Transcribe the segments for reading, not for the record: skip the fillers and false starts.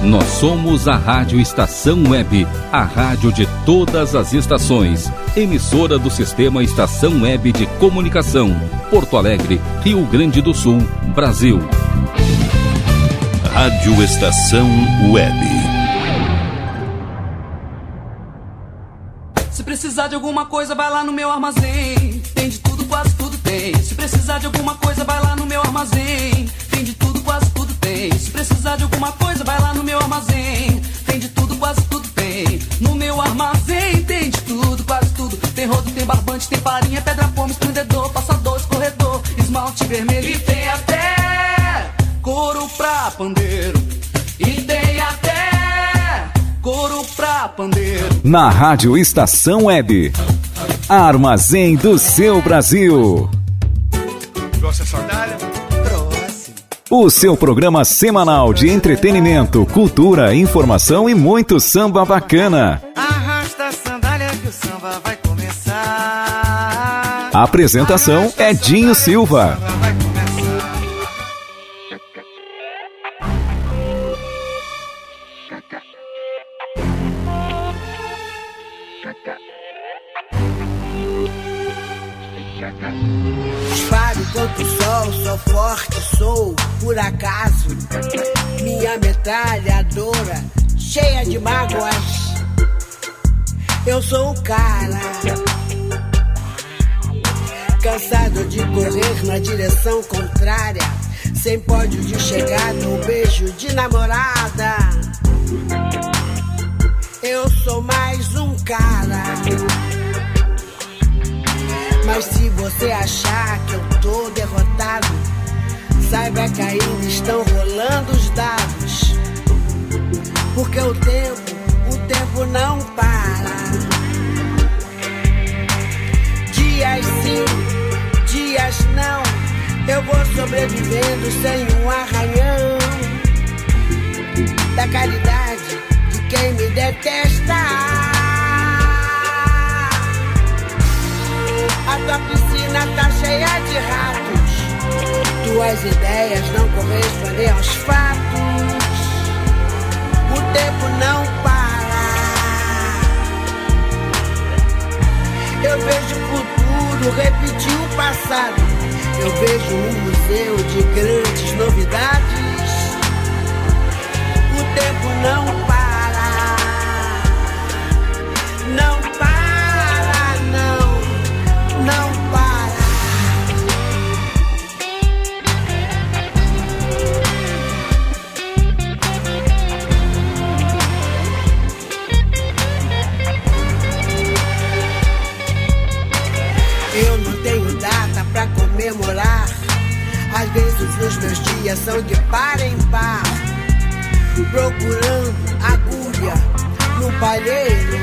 Nós somos a Rádio Estação Web, a rádio de todas as estações. Emissora do Sistema Estação Web de Comunicação. Porto Alegre, Rio Grande do Sul, Brasil. Rádio Estação Web. Se precisar de alguma coisa, vai lá no meu armazém. Tem de tudo, quase tudo tem. Se precisar de alguma coisa, vai lá no meu armazém. Tem de tudo, quase tudo tem. Se precisar de alguma coisa, vai lá no meu armazém. Tem de tudo, quase tudo tem. No meu armazém tem de tudo, quase tudo. Tem rodo, tem barbante, tem farinha, pedra, pome, estendedor, passador, escorredor, esmalte vermelho. E tem até couro pra pandeiro. E tem até couro pra pandeiro. Na Rádio Estação Web, Armazém do seu Brasil. Gosta sandália? O seu programa semanal de entretenimento, cultura, informação e muito samba bacana. Arrasta a sandália que o samba vai começar. A apresentação é Dinho Silva. Disparo contra o sol, sou forte, sou por acaso. Minha metralhadora cheia de mágoas. Eu sou o cara cansado de correr na direção contrária, sem pódio de chegada ou beijo de namorada. Eu sou mais um cara. Mas se você achar que eu tô derrotado, saiba que ainda estão rolando os dados. Porque o tempo não para. Dias sim, dias não, eu vou sobrevivendo sem um arranhão da caridade de quem me detesta. A tua piscina tá cheia de ratos. Tuas ideias não correspondem aos fatos. O tempo não para. Eu vejo o futuro repetir o passado. Eu vejo um museu de grandes novidades. O tempo não para. Não para, não. Não para. Eu não tenho data pra comemorar. Às vezes os meus dias são de par em par, procurando agulha no palheiro.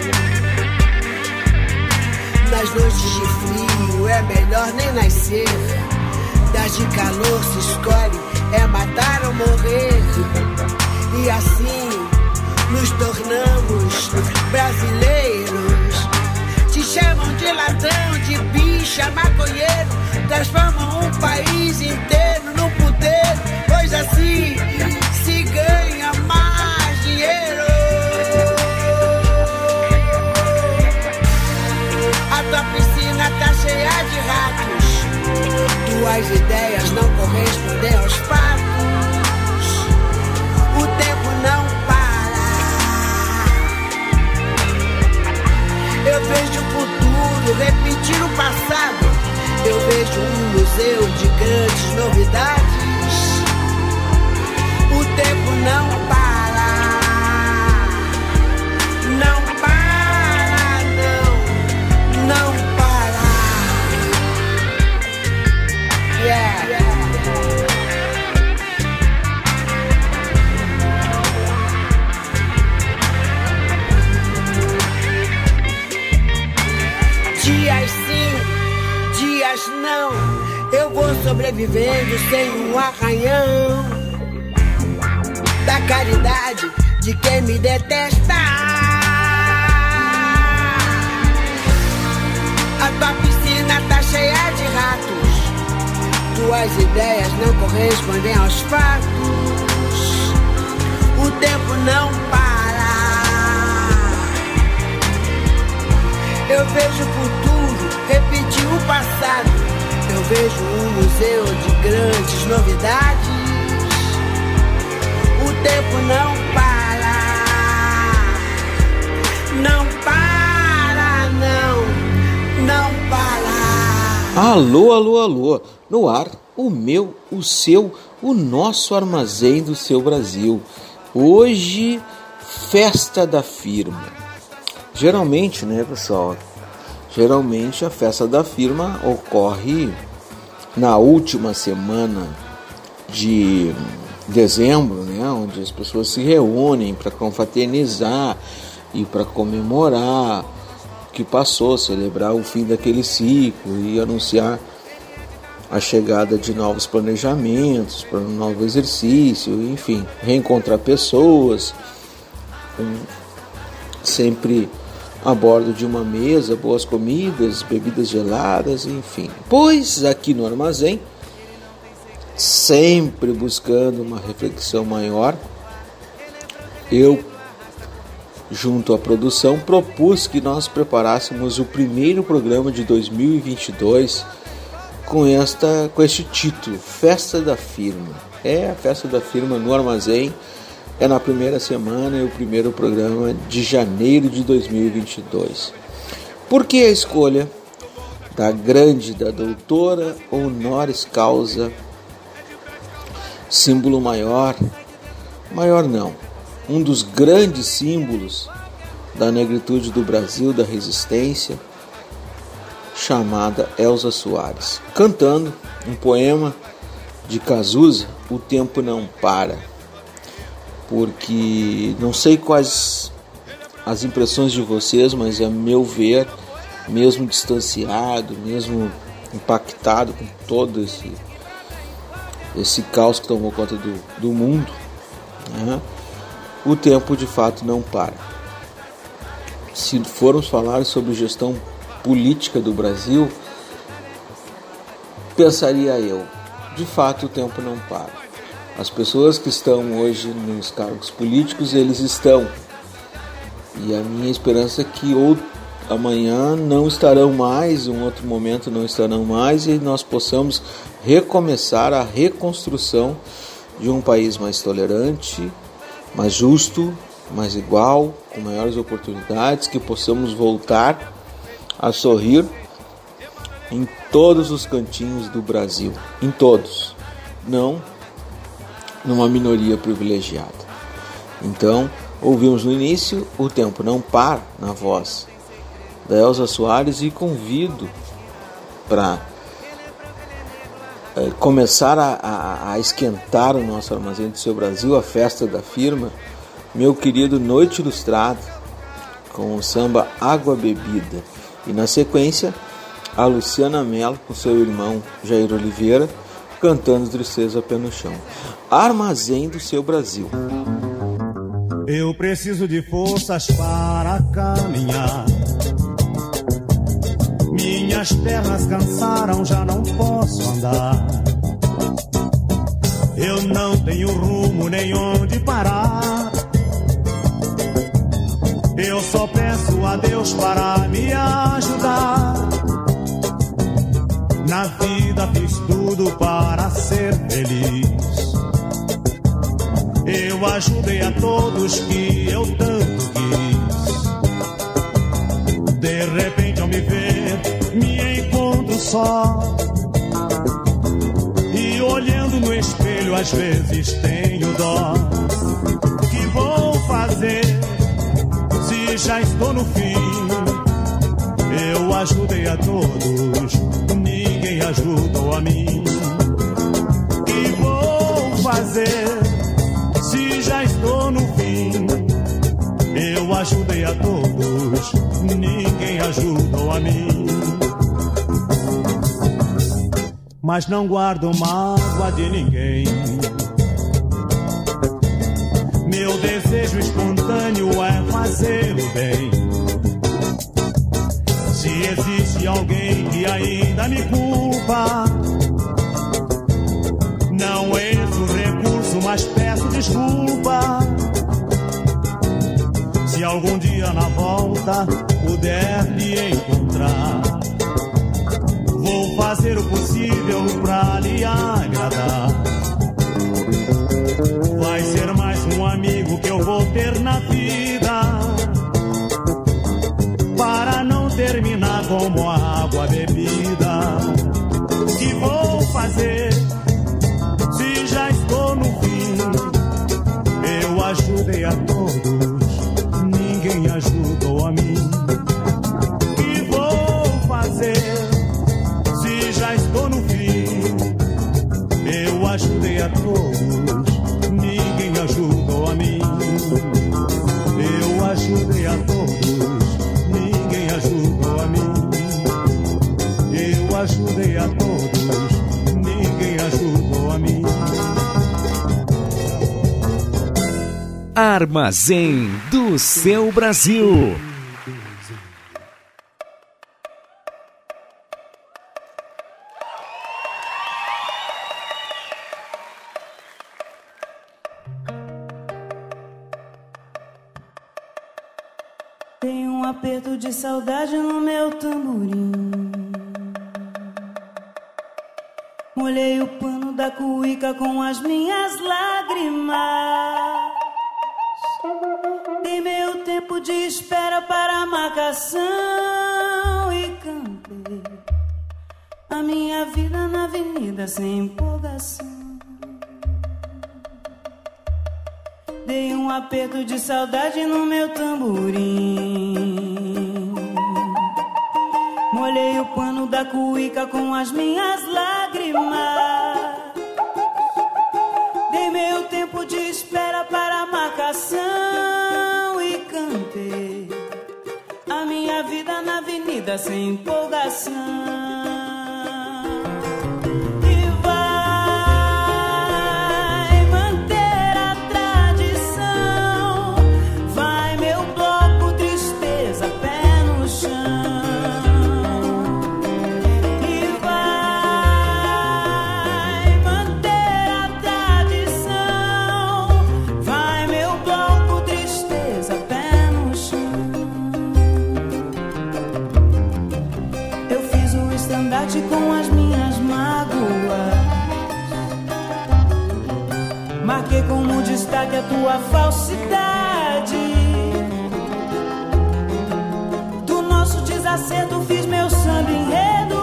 Nas noites de frio é melhor nem nascer. Das de calor se escolhe, é matar ou morrer. E assim nos tornamos brasileiros. Te chamam de ladrão, de bicha, maconheiro. Transformam um país inteiro num puteiro. Pois assim se ganha mais dinheiro. A tua piscina tá cheia de ratos. Tuas ideias não correspondem aos fatos. O tempo não para. Eu vejo o futuro repetir o passado. Eu vejo um museu de grandes novidades. O tempo não para. Não para, não. Não para. Yeah. Dias sim, dias não, eu vou sobrevivendo sem um arranhão da caridade de quem me detesta. A tua piscina tá cheia de ratos. Tuas ideias não correspondem aos fatos. O tempo presentes, novidades. O tempo não para, não para, não para. Alô, alô, alô, no ar, o meu, o seu, o nosso armazém do seu Brasil. Hoje, festa da firma. Geralmente, né, pessoal? Geralmente a festa da firma ocorre na última semana de dezembro, né, onde as pessoas se reúnem para confraternizar e para comemorar o que passou, celebrar o fim daquele ciclo e anunciar a chegada de novos planejamentos para um novo exercício, enfim, reencontrar pessoas, sempre a bordo de uma mesa, boas comidas, bebidas geladas, enfim. Pois aqui no armazém, sempre buscando uma reflexão maior, eu, junto à produção, propus que nós preparássemos o primeiro programa de 2022 com este título, Festa da Firma. É a Festa da Firma no armazém, é na primeira semana e o primeiro programa de janeiro de 2022. Por que a escolha da doutora honoris causa, símbolo maior não, um dos grandes símbolos da negritude do Brasil, da resistência, chamada Elza Soares, cantando um poema de Cazuza, O Tempo Não Para, porque não sei quais as impressões de vocês, mas a meu ver, mesmo distanciado, mesmo impactado com todo esse caos que tomou conta do mundo, né? O tempo de fato não para. Se formos falar sobre gestão política do Brasil, pensaria eu, de fato o tempo não para. As pessoas que estão hoje nos cargos políticos, eles estão. E a minha esperança é que amanhã não estarão mais, em outro momento não estarão mais, e nós possamos recomeçar a reconstrução de um país mais tolerante, mais justo, mais igual, com maiores oportunidades, que possamos voltar a sorrir em todos os cantinhos do Brasil, em todos, não numa minoria privilegiada. Então, ouvimos no início O Tempo Não Para, na voz da Elza Soares, e convido para começar a esquentar o nosso armazém do seu Brasil, a festa da firma, meu querido Noite Ilustrada, com o samba Água Bebida. E na sequência, a Luciana Mello com seu irmão Jair Oliveira, cantando Tristeza Pé no Chão. Armazém do seu Brasil. Eu preciso de forças para caminhar. Minhas pernas cansaram, já não posso andar. Eu não tenho rumo nem onde parar. Eu só peço a Deus para me ajudar. Na vida fiz tudo para ser feliz. Eu ajudei a todos que eu tanto quis. De repente ao me ver, me encontro só. E olhando no espelho às vezes tenho dó. O que vou fazer se já estou no fim? Eu ajudei a todos, ninguém ajudou a mim. O que vou fazer se já estou no fim? Eu ajudei a todos, ninguém ajudou a mim. Mas não guardo mágoa de ninguém. Meu desejo espontâneo é fazer o bem. Se existe alguém que ainda me culpa, não é esse o recurso, mas peço desculpa. Se algum dia na volta puder me encontrar, vou fazer o possível pra lhe agradar. Vai ser mais um amigo que eu vou ter na vida, para não terminar como a água bebida. Que vou fazer se já estou no fim? Eu ajudei a todos, ninguém ajudou a mim. Que vou fazer se já estou no fim? Eu ajudei a todos, ninguém ajudou a mim. Eu ajudei a todos, ninguém ajudou a mim. Eu ajudei a todos, ninguém ajudou a mim. Armazém do Seu Brasil. Tem um aperto de saudade no meu tamborim. Molhei o pano da cuíca com as minhas lágrimas. Dei meu tempo de espera para a marcação e cantei a minha vida na avenida sem empolgação. Dei um aperto de saudade no meu tamborim. Molhei o pano da cuíca com as minhas lágrimas. Dei meu tempo de espera para a marcação e cantei a minha vida na avenida sem empolgação. Com as minhas mágoas, marquei como destaque a tua falsidade. Do nosso desacerto fiz meu samba enredo,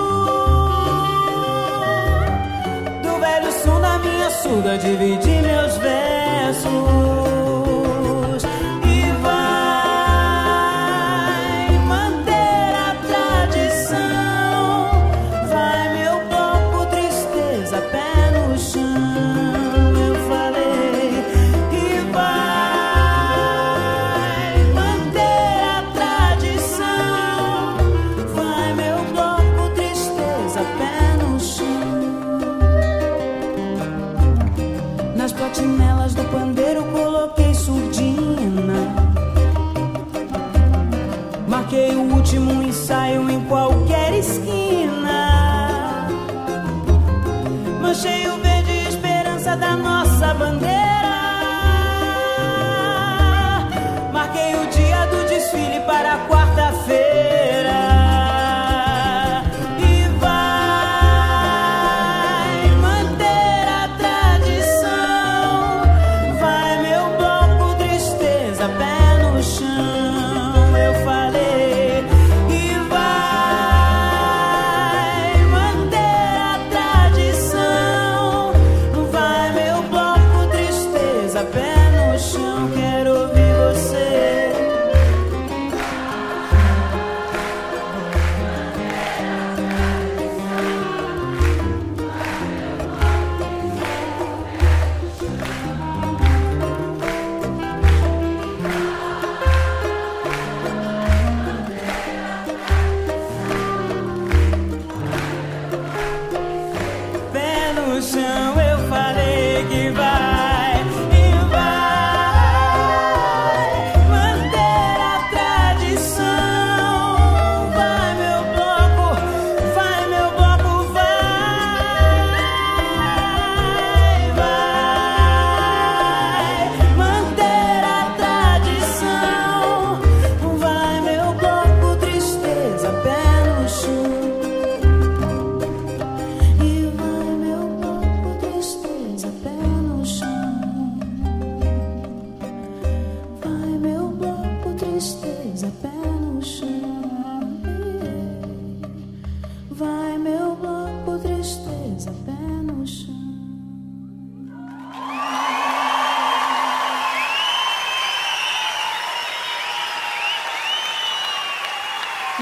do velho som da minha surda dividi meus versos.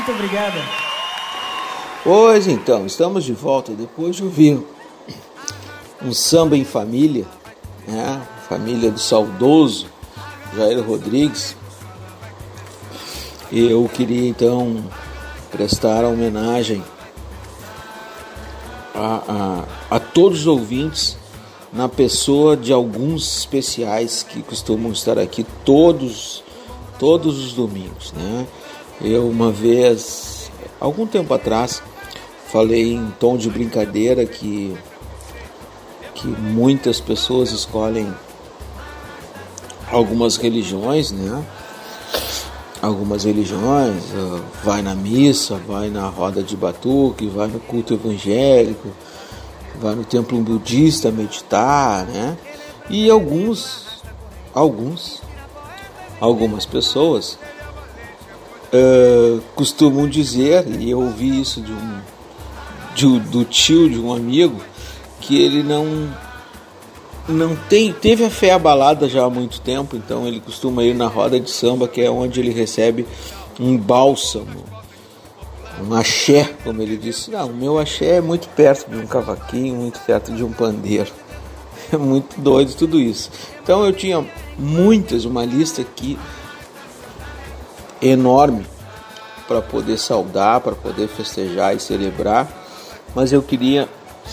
Muito obrigada. Pois então, estamos de volta depois de ouvir um samba em família, né? Família do saudoso Jair Rodrigues. Eu queria então prestar homenagem a todos os ouvintes, na pessoa de alguns especiais que costumam estar aqui todos os domingos, né? Eu uma vez, algum tempo atrás, falei em tom de brincadeira que muitas pessoas escolhem algumas religiões, né? Algumas religiões, vai na missa, vai na roda de batuque, vai no culto evangélico, vai no templo budista meditar, né? E algumas pessoas costumam dizer, e eu ouvi isso do tio de um amigo, que ele teve a fé abalada já há muito tempo, então ele costuma ir na roda de samba, que é onde ele recebe um bálsamo, um axé, como ele disse. Não, o meu axé é muito perto de um cavaquinho, muito perto de um pandeiro. É muito doido tudo isso. Então eu tinha uma lista aqui enorme para poder saudar, para poder festejar e celebrar, mas eu queria,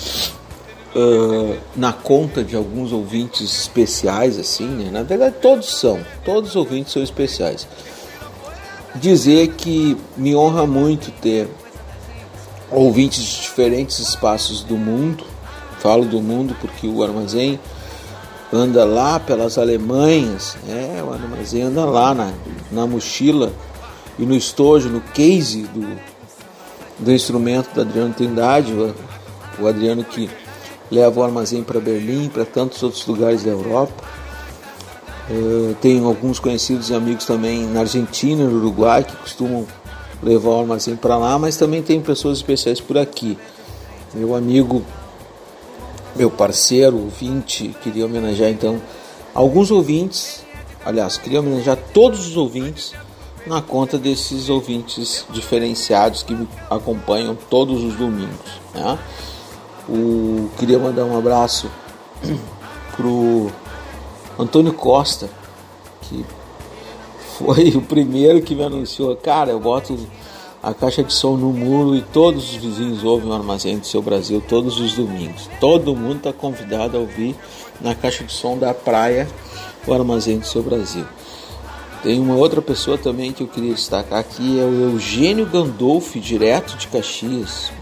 na conta de alguns ouvintes especiais, assim, né? Na verdade todos os ouvintes são especiais, dizer que me honra muito ter ouvintes de diferentes espaços do mundo. Falo do mundo porque o Armazém anda lá pelas Alemanhas, o Armazém anda lá na mochila e no estojo, no case do instrumento do Adriano Trindade, o Adriano que leva o Armazém para Berlim, para tantos outros lugares da Europa. Tenho alguns conhecidos e amigos também na Argentina, no Uruguai, que costumam levar o Armazém para lá, mas também tem pessoas especiais por aqui. Meu amigo, meu parceiro, ouvinte, queria homenagear então alguns ouvintes, aliás, queria homenagear todos os ouvintes na conta desses ouvintes diferenciados que me acompanham todos os domingos, né? Queria mandar um abraço pro Antônio Costa, que foi o primeiro que me anunciou: cara, eu boto a caixa de som no muro e todos os vizinhos ouvem o Armazém do Seu Brasil todos os domingos. Todo mundo está convidado a ouvir na caixa de som da praia o Armazém do Seu Brasil. Tem uma outra pessoa também que eu queria destacar aqui, é o Eugênio Gandolfi, direto de Caxias.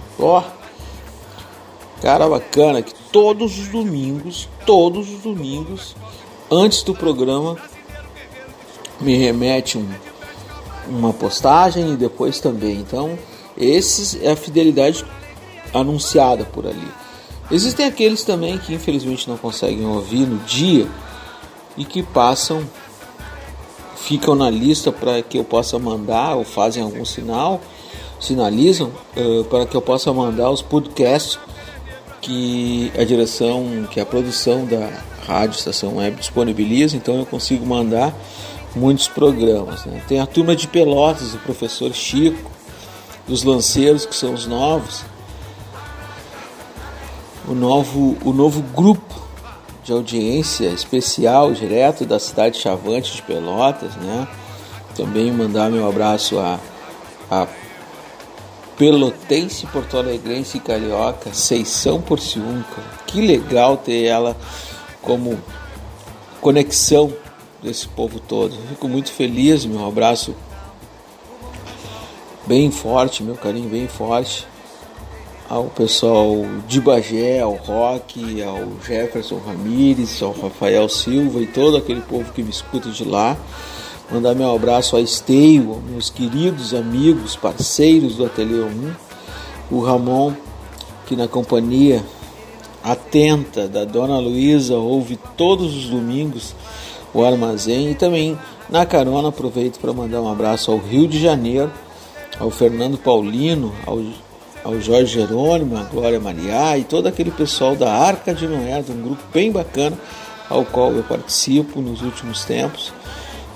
Cara bacana, que todos os domingos, antes do programa, me remete uma postagem e depois também. Então, essa é a fidelidade anunciada por ali. Existem aqueles também que infelizmente não conseguem ouvir no dia e que ficam na lista para que eu possa mandar, ou fazem algum sinalizam para que eu possa mandar os podcasts que a produção da Rádio Estação Web disponibiliza. Então eu consigo mandar muitos programas, né? Tem a turma de Pelotas, do professor Chico, dos Lanceiros, que são os novos, o novo grupo de audiência especial direto da cidade chavante de Pelotas, né? Também mandar meu abraço a pelotense, porto-alegrense e carioca, Seição Porciúncula. Que legal ter ela como conexão desse povo todo. Fico muito feliz, meu abraço bem forte, meu carinho bem forte ao pessoal de Bagé, ao Roque, ao Jefferson Ramírez, ao Rafael Silva e todo aquele povo que me escuta de lá. Mandar meu abraço a Esteio, meus queridos amigos, parceiros do Ateliê 1, o Ramon, que na companhia atenta da Dona Luísa ouve todos os domingos o Armazém, e também na carona aproveito para mandar um abraço ao Rio de Janeiro, ao Fernando Paulino, ao Jorge Jerônimo, a Glória Mariá e todo aquele pessoal da Arca de Noé, um grupo bem bacana ao qual eu participo nos últimos tempos.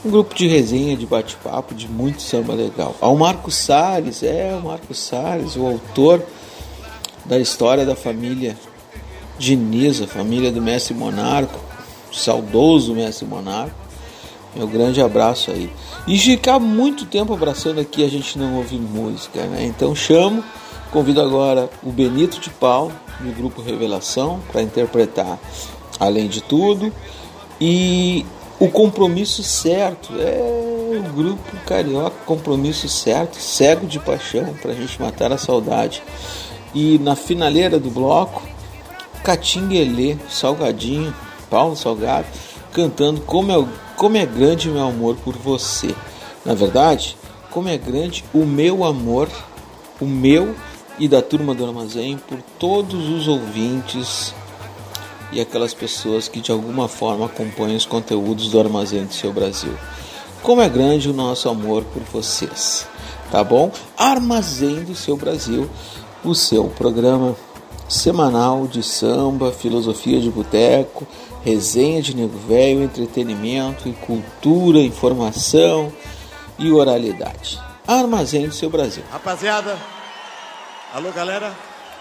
um grupo de resenha, de bate-papo, de muito samba legal. Ao Marco Salles, o autor da história da família Diniz, a família do Mestre Monarco, saudoso Mestre Monarco. Meu grande abraço aí. E ficar muito tempo abraçando aqui, a gente não ouve música, né? Então convido agora o Benito de Paula, do grupo Revelação, para interpretar Além de Tudo. E o Compromisso Certo, o grupo carioca Compromisso Certo, Cego de Paixão, para a gente matar a saudade. E na finaleira do bloco, Catinguelê, Salgadinho, Paulo Salgado, cantando Como é grande meu amor por você. Na verdade, como é grande o meu amor, o meu e da turma do Armazém, por todos os ouvintes e aquelas pessoas que de alguma forma acompanham os conteúdos do Armazém do Seu Brasil. Como é grande o nosso amor por vocês, tá bom? Armazém do Seu Brasil, o seu programa semanal de samba, filosofia de boteco, resenha de nego velho, entretenimento e cultura, informação e oralidade. Armazém do Seu Brasil. Rapaziada, alô galera,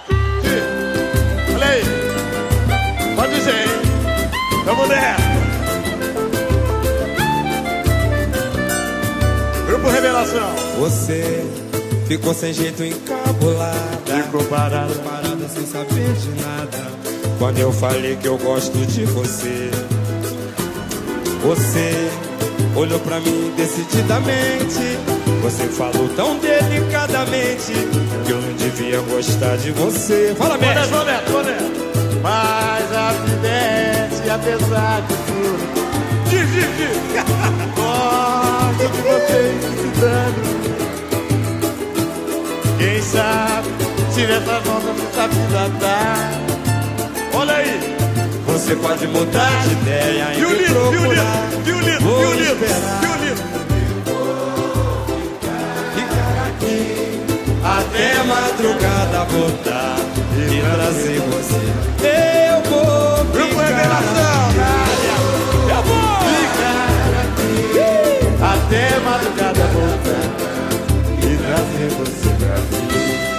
olha aí, pode dizer, hein? Tamo nessa. Grupo Revelação. Você ficou sem jeito encabulada, ficou parada sem saber de nada. Quando eu falei que eu gosto de você, você olhou pra mim decididamente. Você falou tão delicadamente que eu não devia gostar de você. Fala mesmo. Mas a vida é, apesar de tudo, gosto de você visitando. Quem sabe se nessa nota essa vida dá. Olha aí, você pode mudar de ideia e me procurar. Vou esperar. Ficar aqui até madrugada, voltar e trazer você. Eu vou ficar aqui até madrugada, voltar e trazer você pra mim.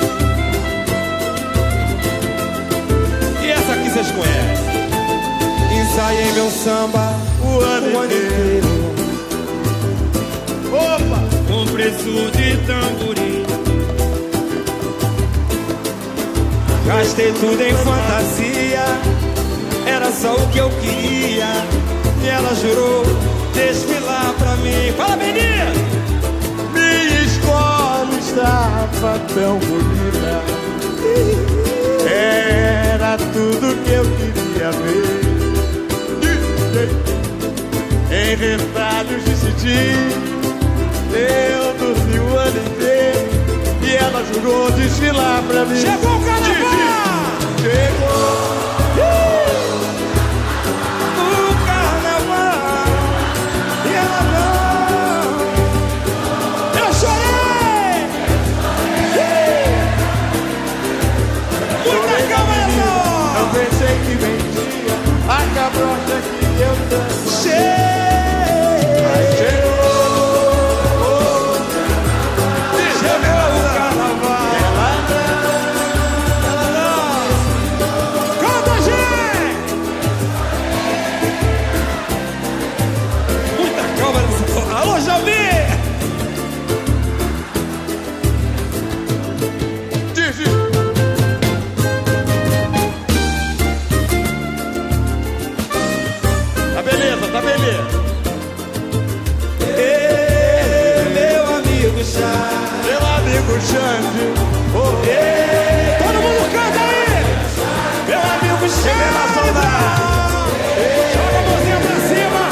Vocês conhecem? Ensaiei meu samba o ano inteiro. Opa! Com preço de tamborim. Gastei tudo em fantasia, era só o que eu queria. E ela jurou desfilar pra mim. Fala, menina! Minha escola estava tão bonita, era tudo que eu queria ver. Em retalhos decidi, eu dormi o ano inteiro e ela jurou desfilar pra mim. Chegou o carnaval! Chegou! O carnaval! E ela não! Eu chorei! Muita calma! Eu pensei que vendia a cabrocha que eu tanto Xande, oh, ei, todo mundo canta aí! Meu amigo Xande! Joga a mãozinha pra cima!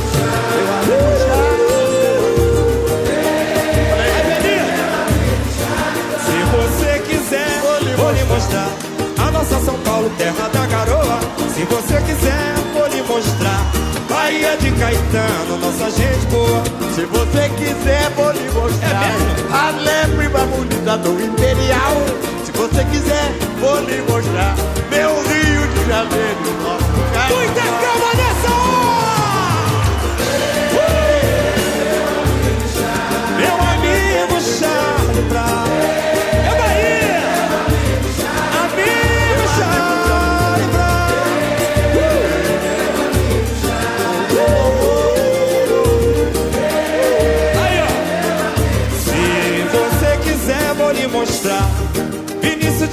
Aí, Benito! Se você quiser, vou lhe mostrar a nossa São Paulo, terra da garoa. Se você quiser, vou lhe mostrar Bahia de Caetano, nossa gente boa. Se você quiser, vou lhe mostrar a prima bonita do Imperial. Se você quiser, vou lhe mostrar meu Rio de Janeiro, nosso carnaval. Muita calma nessa hora!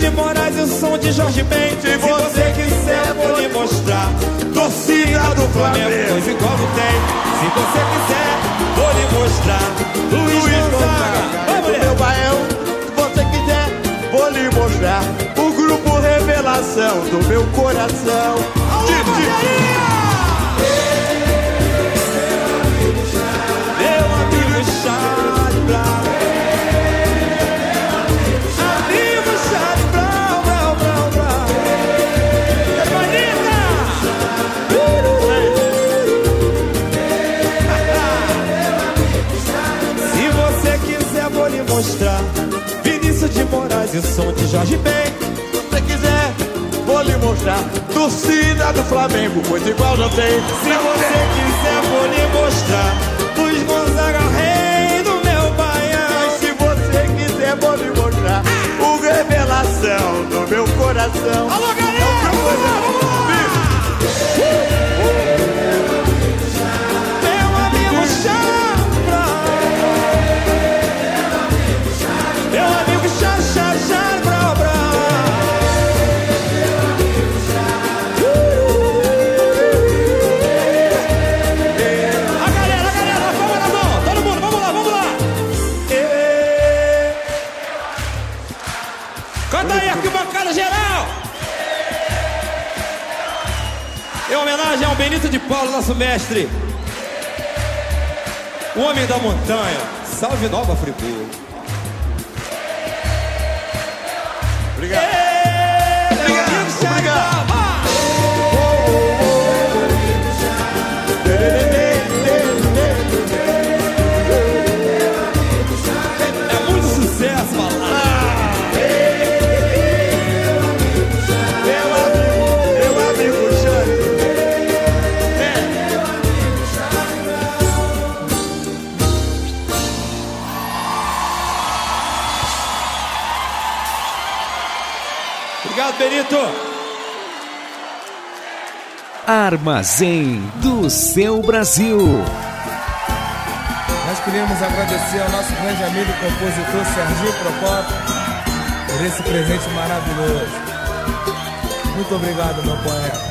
de Moraes e o som de Jorge Ben. Se você quiser, vou lhe mostrar. Torcida do Flamengo, pois igual não tem. Se você quiser, vou lhe mostrar. Luiz Gonzaga, vamos do meu baião. Se você quiser, vou lhe mostrar. O grupo Revelação do meu coração. Meu amigo Charlie Brown. Amigo Charlie Brown, Brown, Brown, Brown. Se você quiser, vou lhe mostrar. Vinícius de Moraes e o som de Jorge Ben. Se você quiser, vou lhe mostrar. Torcida do Flamengo, pois igual não tem. Se você quiser, vou lhe mostrar. Luiz Gonzaga, rei do meu baião. E se você quiser, vou lhe mostrar. O Revelação do meu coração. Alô, galera! Meu amigo Charlie Brown. Meu amigo Charlie Brown, Brown. A galera, palma na mão. Todo mundo, vamos lá. Canta aí, arquibancada geral. Em homenagem ao Benito de Paulo, nosso mestre. O homem da montanha. Salve Nova Friburgo. Obrigado. É muito sucesso, balada. Meu amigo Charlie. Obrigado, Benito. Armazém do seu Brasil. Nós queríamos agradecer ao nosso grande amigo e compositor Serginho Procópio por esse presente maravilhoso. Muito obrigado, meu poeta.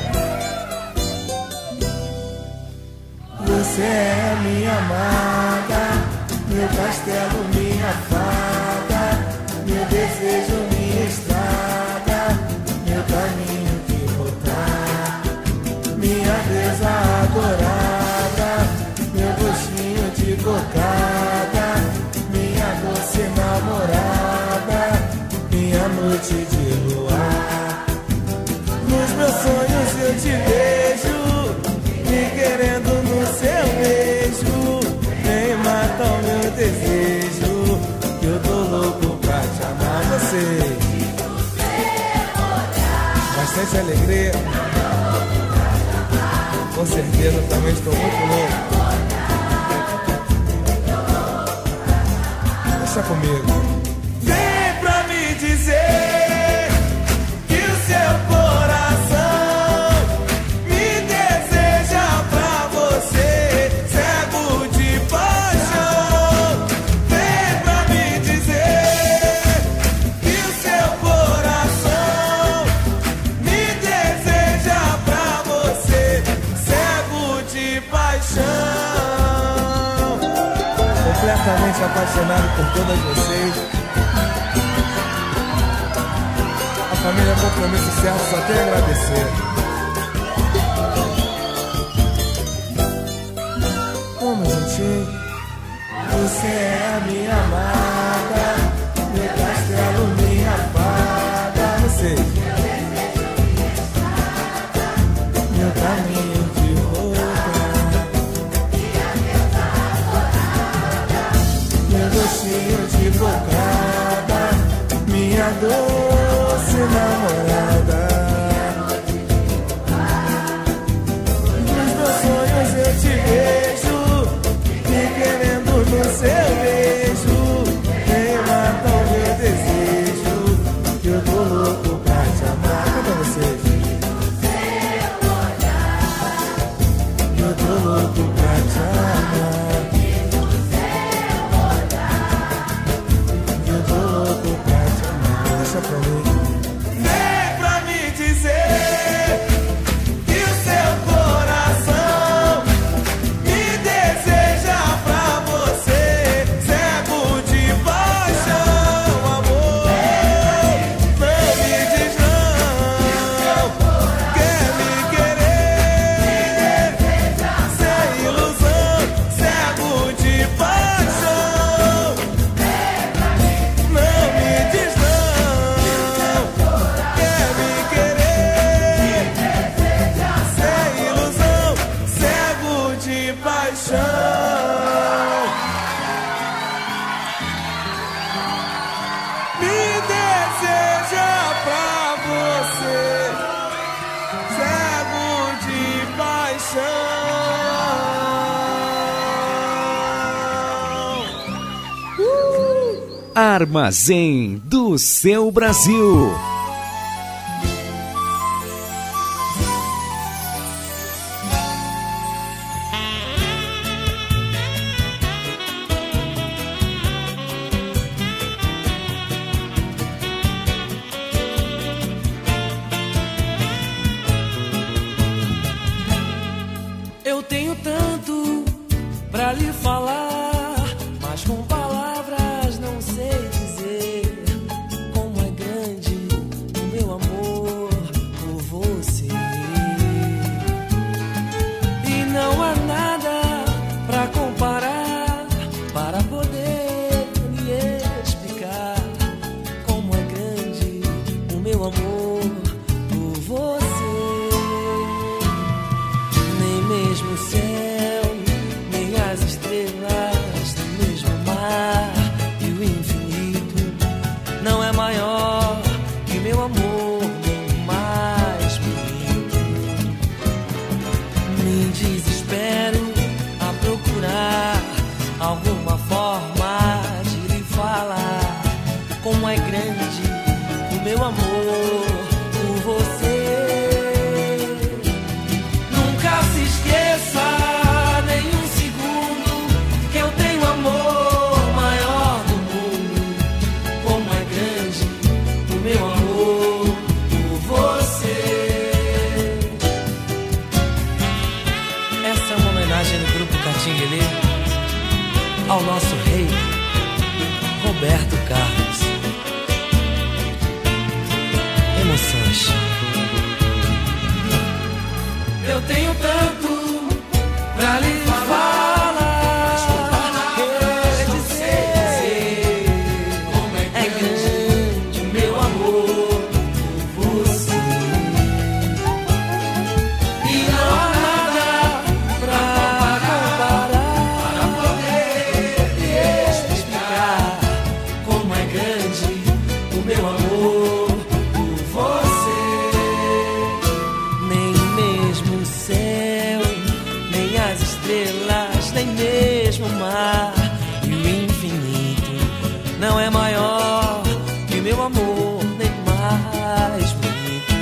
Você é minha amada, meu castelo, minha fada, meu desejo, minha estrada, meu caminho de voltar, minha deusa adorada, meu gostinho de cocada, minha doce namorada, minha noite de luar. Nos meus sonhos eu te vejo, me querendo no seu beijo. Vem matar o meu desejo, que eu tô louco pra te amar. Você, bastante alegria. Com certeza também estou muito louco. Deixa comigo. Vem pra me dizer que o seu coração me deseja pra você, cego de paixão. Vem pra me dizer que o seu coração me deseja pra você, cego de paixão. Completamente apaixonado por todas vocês. A família Compromisso Certo só tem a agradecer. Como juntinho, você é a minha amada, meu castelo, minha fada. Você, meu caminho de volta, meu docinho de cocada, minha doce namorada. Nos meus sonhos eu te vejo, me querendo no seu beijo. Vem matar o meu desejo. de paixão. Me deseja pra você, cego de paixão. Armazém do Seu Brasil. Eu tenho tanto pra lhe falar, mas com palavras não sei dizer como é grande o meu amor por você. E não há nada pra comparar, para poder lhe explicar como é grande o meu amor por você. Nem mesmo o céu, nem as estrelas, nem mesmo o mar e o infinito não é maior que meu amor, nem mais bonito. Me desespero a procurar alguma forma de lhe falar como é grande o meu amor por você. Nunca se esqueça nem um segundo que eu tenho amor maior do mundo. Como é grande o meu amor por você. Essa é uma homenagem do grupo Catinguelê ao nosso rei Roberto Carlos. Emoções. Eu tenho tanto pra lhe falar, dizer como é grande o meu amor por você. E não há nada pra comparar, para poder lhe explicar como é grande o meu amor por você. Nem mesmo o céu, nem as estrelas, nem mesmo o mar e o infinito não é maior que meu amor, nem mais bonito.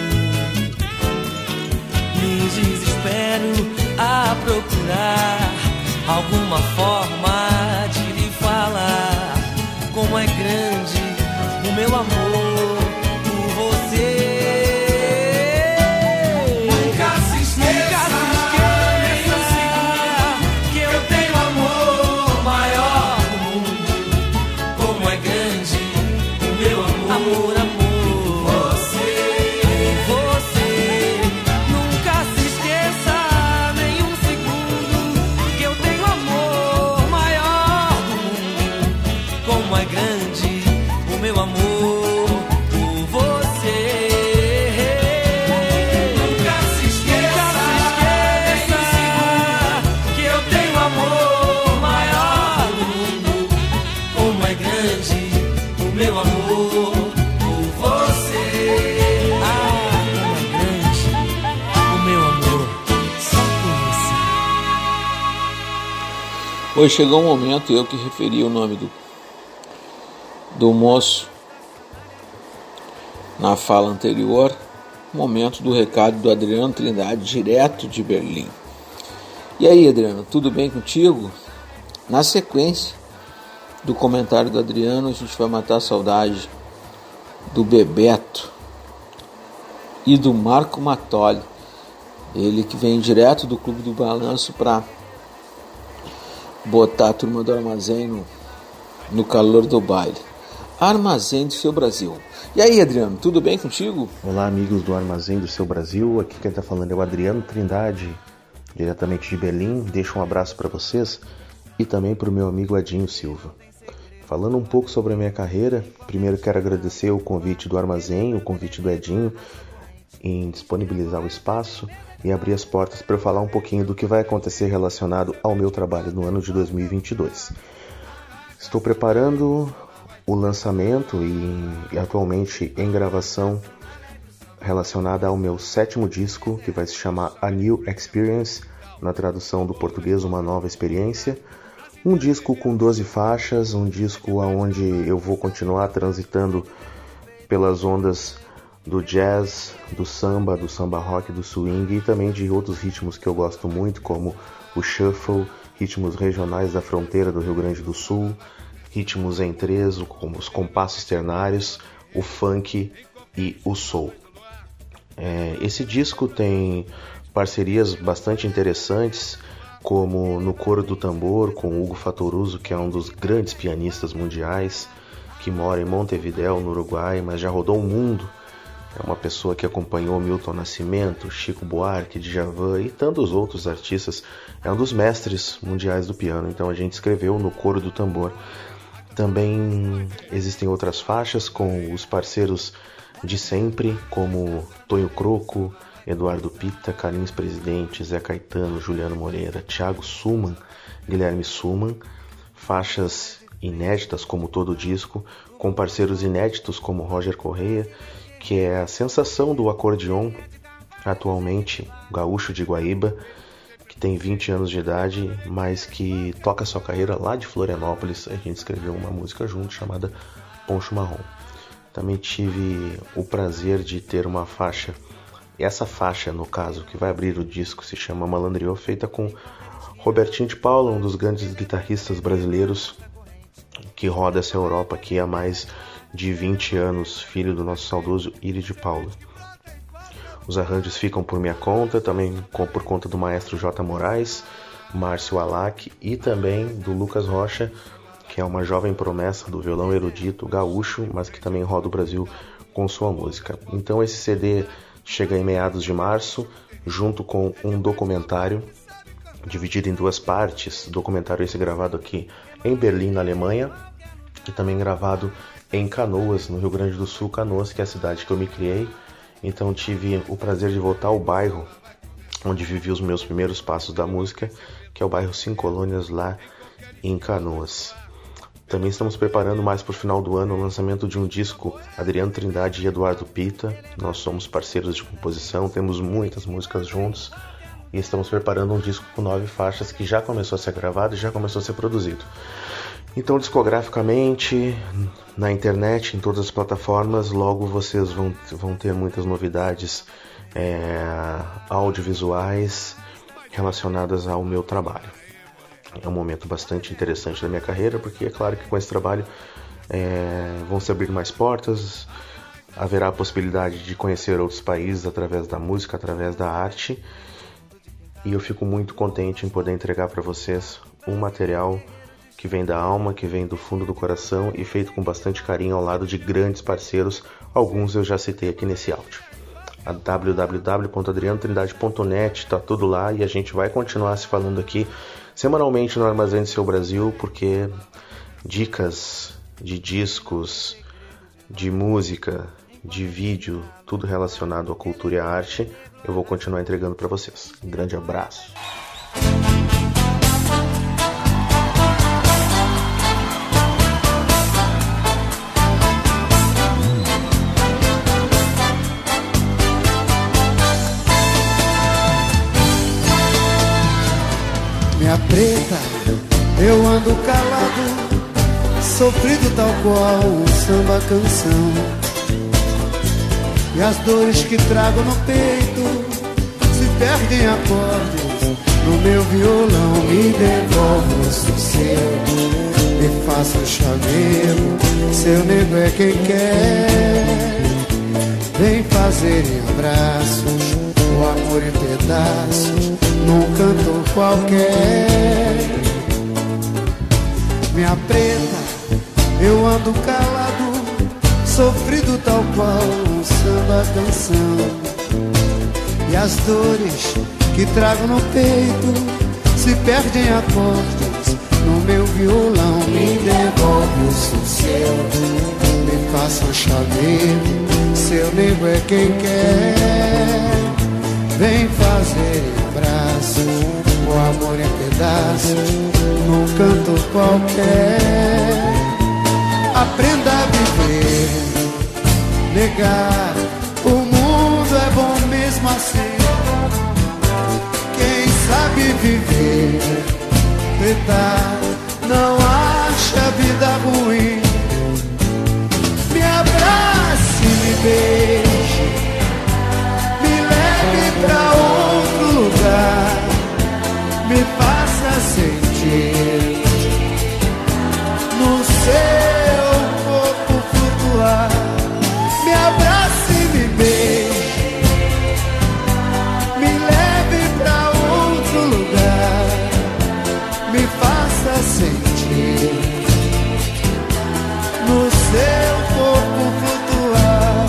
Me desespero a procurar alguma forma de lhe falar como é grande o meu amor por você. Nunca se esqueça nem um segundo que eu tenho amor maior do mundo. Como é grande o meu amor, amor, você, você. Nunca se esqueça nem um segundo que eu tenho amor maior do mundo. Como é grande o meu amor por você. Nunca se esqueça nem um segundo que eu tenho amor maior do mundo. Como é grande o meu amor por você. Ah, como é grande o meu amor só por você. Hoje chegou um momento, eu que referi o nome do moço na fala anterior, momento do recado do Adriano Trindade, direto de Berlim. E aí, Adriano, tudo bem contigo? Na sequência do comentário do Adriano, a gente vai matar a saudade do Bebeto e do Marco Matoli, ele que vem direto do Clube do Balanço para botar a turma do Armazém no calor do baile. Armazém do Seu Brasil. E aí, Adriano, tudo bem contigo? Olá, amigos do Armazém do Seu Brasil. Aqui quem está falando é o Adriano Trindade, diretamente de Belém. Deixo um abraço para vocês e também para o meu amigo Edinho Silva. Falando um pouco sobre a minha carreira, primeiro quero agradecer o convite do Armazém, o convite do Edinho em disponibilizar o espaço e abrir as portas para eu falar um pouquinho do que vai acontecer relacionado ao meu trabalho no ano de 2022. Estou preparando o lançamento e atualmente em gravação relacionada ao meu 7º disco, que vai se chamar A New Experience, na tradução do português, Uma Nova Experiência. Um disco com 12 faixas, um disco onde eu vou continuar transitando pelas ondas do jazz, do samba rock, do swing e também de outros ritmos que eu gosto muito, como o shuffle, ritmos regionais da fronteira do Rio Grande do Sul, ritmos em trezo, como os compassos ternários, o funk e o soul. Esse disco tem parcerias bastante interessantes, como no Coro do Tambor, com Hugo Fattoruso, que é um dos grandes pianistas mundiais, que mora em Montevidéu, no Uruguai, mas já rodou o mundo. É uma pessoa que acompanhou Milton Nascimento, Chico Buarque, Djavan e tantos outros artistas. É um dos mestres mundiais do piano, então a gente escreveu no Coro do Tambor. Também existem outras faixas com os parceiros de sempre, como Tonho Croco, Eduardo Pita, Carlinhos Presidente, Zé Caetano, Juliano Moreira, Thiago Suman, Guilherme Suman. Faixas inéditas, como todo o disco, com parceiros inéditos como Roger Correia, que é a sensação do acordeon atualmente, gaúcho de Guaíba, que tem 20 anos de idade, mas que toca sua carreira lá de Florianópolis. A gente escreveu uma música junto chamada Poncho Marrom. Também tive o prazer de ter uma faixa, essa faixa no caso que vai abrir o disco se chama Malandriô, feita com Robertinho de Paula, um dos grandes guitarristas brasileiros que roda essa Europa aqui há mais de 20 anos, filho do nosso saudoso Iri de Paula. Os arranjos ficam por minha conta, também por conta do maestro J. Moraes, Márcio Alac e também do Lucas Rocha, que é uma jovem promessa do violão erudito gaúcho, mas que também roda o Brasil com sua música. Então esse CD chega em meados de março, junto com um documentário dividido em 2 partes. Documentário esse gravado aqui em Berlim, na Alemanha, e também gravado em Canoas, no Rio Grande do Sul. Canoas, que é a cidade que eu me criei. Então tive o prazer de voltar ao bairro onde vivi os meus primeiros passos da música, que é o bairro 5 Colônias, lá em Canoas. Também estamos preparando mais para o final do ano o lançamento de um disco, Adriano Trindade e Eduardo Pita. Nós somos parceiros de composição, temos muitas músicas juntos e estamos preparando um disco com 9 faixas que já começou a ser gravado e já começou a ser produzido. Então, discograficamente, na internet, em todas as plataformas, logo vocês vão ter muitas novidades audiovisuais relacionadas ao meu trabalho. É um momento bastante interessante da minha carreira, porque é claro que com esse trabalho vão se abrir mais portas, haverá a possibilidade de conhecer outros países através da música, através da arte, e eu fico muito contente em poder entregar para vocês um material que vem da alma, que vem do fundo do coração e feito com bastante carinho ao lado de grandes parceiros, alguns eu já citei aqui nesse áudio. A www.adrianotrindade.net, tá tudo lá e a gente vai continuar se falando aqui semanalmente no Armazém do Seu Brasil, porque dicas de discos, de música, de vídeo, tudo relacionado à cultura e à arte, eu vou continuar entregando para vocês. Um grande abraço. Minha preta, eu ando calado, sofrido tal qual um samba canção. E as dores que trago no peito se perdem acordes no meu violão. Me devolve o sossego, me faça um chaveiro, seu nego é quem quer. Vem fazer em abraços o amor em pedaços num canto qualquer. Minha preta, eu ando calado, sofrido tal qual um samba canção. E as dores que trago no peito se perdem acordes no meu violão. Me devolve o sossego, me faça um chaveiro, seu nego é quem quer. vem fazer abraço, o amor em pedaços, num canto qualquer. Aprenda a viver, negar, o mundo é bom mesmo assim. Quem sabe viver, tentar, não acha a vida ruim. Me abrace, me beije, me leve pra outro lugar, me faça sentir no seu corpo flutuar. Me abrace, me beije, me leve pra outro lugar, me faça sentir no seu corpo flutuar.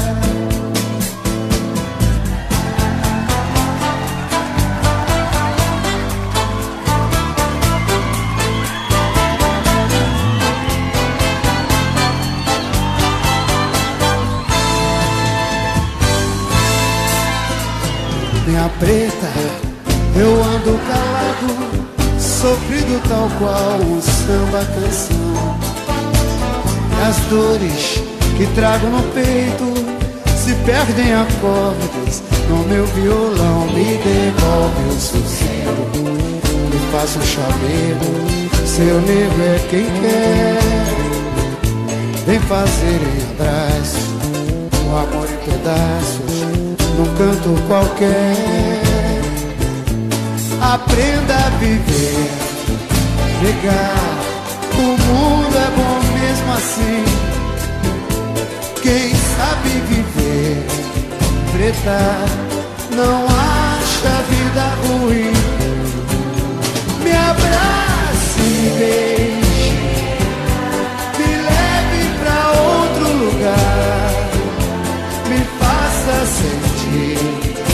Minha preta, eu ando calado, sofrido tal qual um samba canção. As dores que trago no peito se perdem acordes no meu violão. Me devolve o sossego, me faça um chamego, seu nego é quem quer. Vem fazer em abraço, o amor em pedaços, num canto qualquer. Aprenda a viver, negar, o mundo é bom mesmo assim. Quem sabe viver, preta, não acha a vida ruim. Me abrace, me beije, me leve pra outro lugar, me faça sentir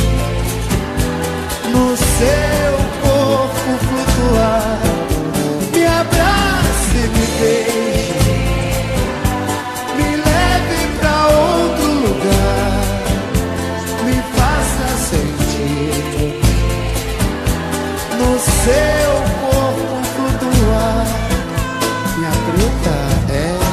no seu corpo flutuar. Me abrace, me beije, me leve pra outro lugar, me faça sentir no seu corpo flutuar. Minha preta é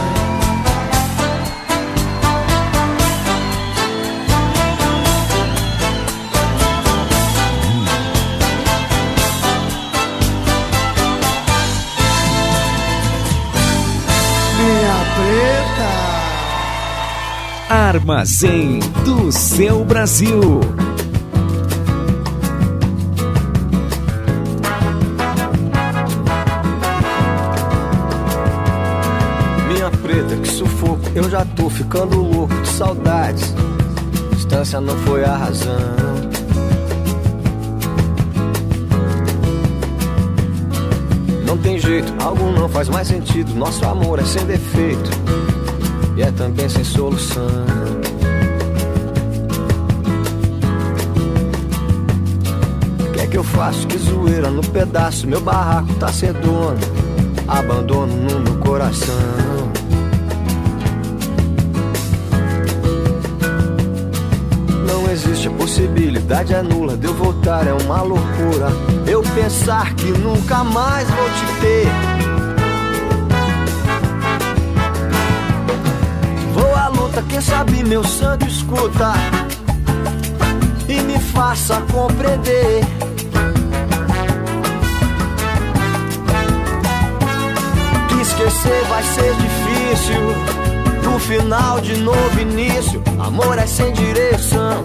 Armazém do Seu Brasil. Minha preta, que sufoco, eu já tô ficando louco de saudades. Distância não foi a razão. Não tem jeito, algo não faz mais sentido. Nosso amor é sem defeito e é também sem solução. O que é que eu faço? Que zoeira no pedaço. Meu barraco tá sem dono, abandono no meu coração. Não existe a possibilidade, é nula de eu voltar, é uma loucura eu pensar que nunca mais vou te ter. Quem sabe meu sangue escuta e me faça compreender que esquecer vai ser difícil. No final de novo início, amor é sem direção.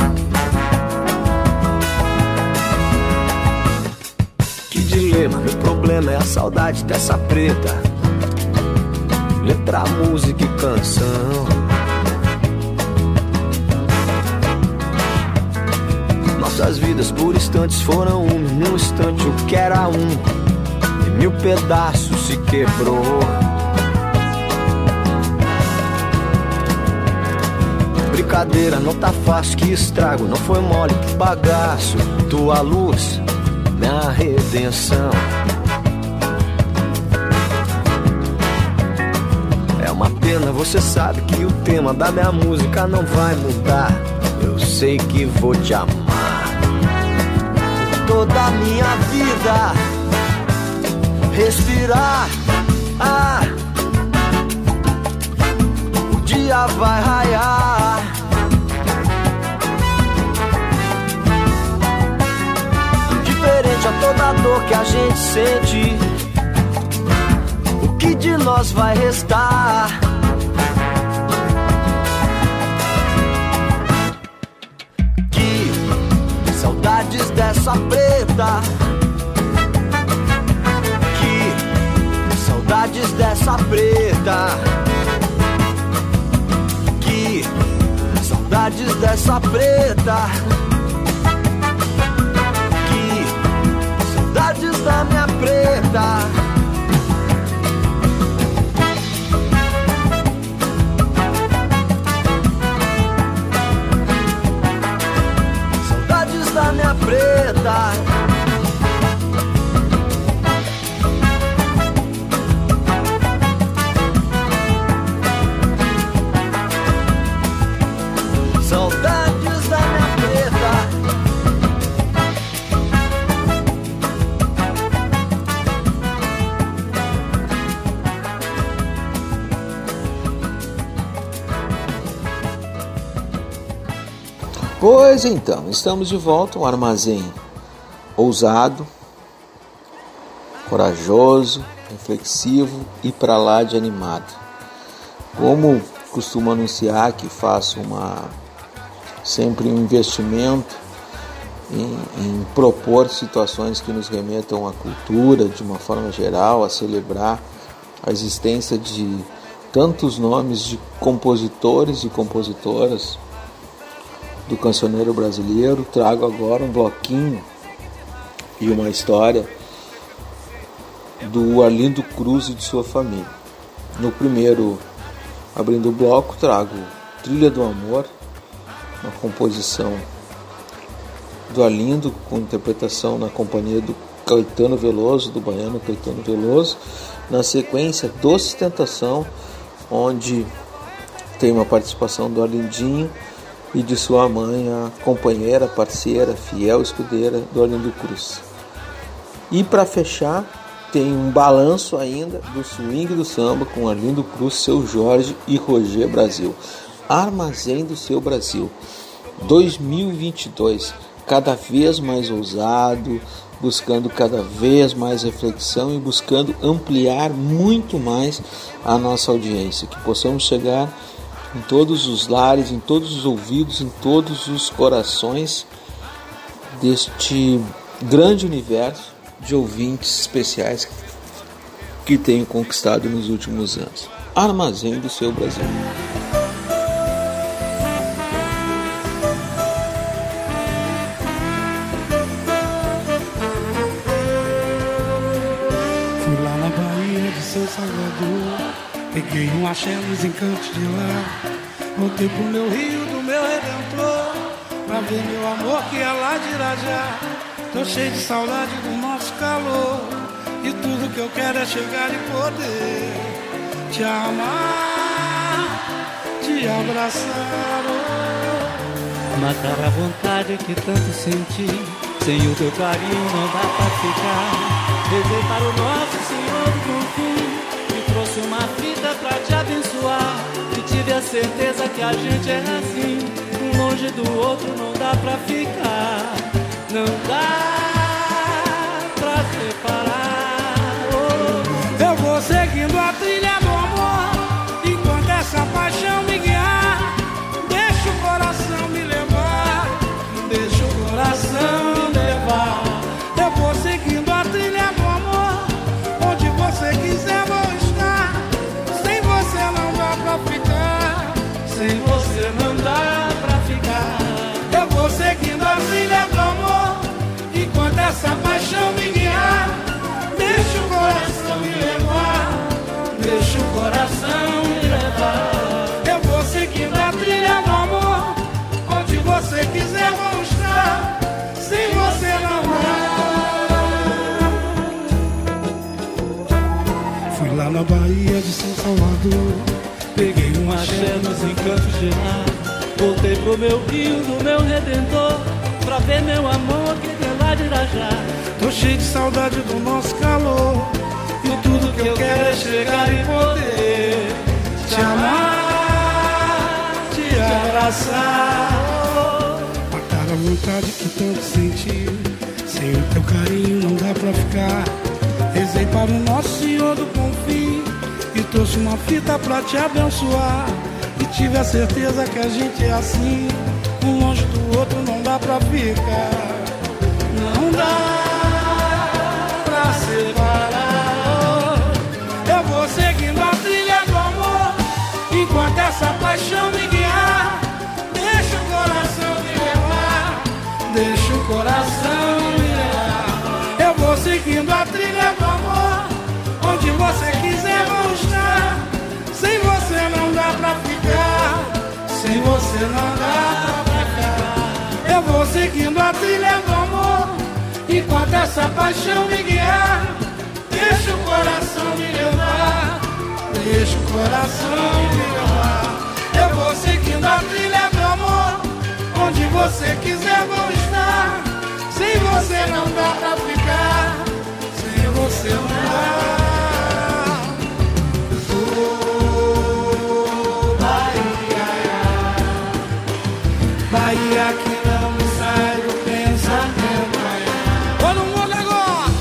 Que dilema, meu problema é a saudade dessa preta. Letra, música e canção. Nossas vidas por instantes foram um. Num instante o que era um, em 1000 pedaços se quebrou. Brincadeira, não tá fácil, que estrago. Não foi mole, que bagaço. Tua luz, minha redenção. É uma pena, você sabe que o tema da minha música não vai mudar. Eu sei que vou te amar. toda a minha vida. Respirar, o dia vai raiar. Indiferente a toda a dor que a gente sente, o que de nós vai restar? Que saudades dessa preta, saudades dessa preta, que saudades dessa preta, que saudades da minha preta. Saudades da minha preta. Saudades da minha preta. Pois então, estamos de volta, um armazém ousado, corajoso, reflexivo e pra lá de animado. Como costumo anunciar que faço sempre um investimento em propor situações que nos remetam à cultura de uma forma geral, a celebrar a existência de tantos nomes de compositores e compositoras do cancioneiro brasileiro. Trago agora um bloquinho e uma história do Arlindo Cruz e de sua família. No primeiro, abrindo o bloco, trago Trilha do Amor, uma composição do Arlindo, com interpretação na companhia do Caetano Veloso, do baiano Caetano Veloso. Na sequência, Doce Tentação, onde tem uma participação do Arlindinho e de sua mãe, a companheira, parceira, fiel escudeira do Arlindo Cruz. E para fechar, tem um balanço ainda do swing do samba com Arlindo Cruz, Seu Jorge e Roger Brasil. Armazém do Seu Brasil 2022, cada vez mais ousado, buscando cada vez mais reflexão e buscando ampliar muito mais a nossa audiência, que possamos chegar em todos os lares, em todos os ouvidos, em todos os corações deste grande universo de ouvintes especiais que tenho conquistado nos últimos anos. Armazém do Seu Brasil. Fui lá na Bahia de São Salvador, peguei um axé nos encantos de lá, voltei pro meu rio do meu Redentor, pra ver meu amor que é lá de Irajá. Tô cheio de saudade do nosso calor, e tudo que eu quero é chegar e poder te amar, te abraçar. Matar a vontade que tanto senti, sem o teu carinho não dá pra ficar. Rezei para o nosso Senhor do Confim, me trouxe uma fita pra te abençoar, e tive a certeza que a gente é assim, um longe do outro não dá pra ficar. Não dá pra separar. Eu vou seguindo a trilha do amor, enquanto essa paixão me guiar. Deixa o coração me levar, deixa o coração levar. Eu vou seguindo a trilha do amor, onde você quiser vou estar. Sem você não dá pra ficar, sem você não dá pra ficar. Eu vou seguindo a trilha do amor, enquanto essa paixão me guiar. Deixa o coração me levar, deixa o coração me levar. Eu vou seguindo a trilha do amor, onde você quiser vou estar. Sem você não dá. Fui lá na Bahia de São Salvador, peguei um axé nos encantos de lá, voltei pro meu rio do meu Redentor, pra ver meu amor que de lá saudade da já. Tô cheio de saudade do nosso calor. E tudo que eu quero é chegar e poder te amar, te abraçar. Matar a vontade que tanto senti. Sem o teu carinho não dá pra ficar. Rezei para o nosso Senhor do Confim e trouxe uma fita pra te abençoar. E tive a certeza que a gente é assim, um longe do outro não dá pra ficar. Não dá pra separar. Eu vou seguindo a trilha do amor, enquanto essa paixão me guiar. Deixa o coração me levar, deixa o coração me levar. Eu vou seguindo a trilha do amor, onde você quiser vou estar. Sem você não dá pra ficar, sem você não dá pra ficar. Eu vou seguindo a trilha do amor, enquanto essa paixão me guiar. Deixa o coração me levar, deixa o coração me levar. Eu vou seguindo a trilha do amor, onde você quiser vou estar. Sem você não dá pra ficar, sem você não dá. Bahia que não me sai do pensamento. Todo mundo agora.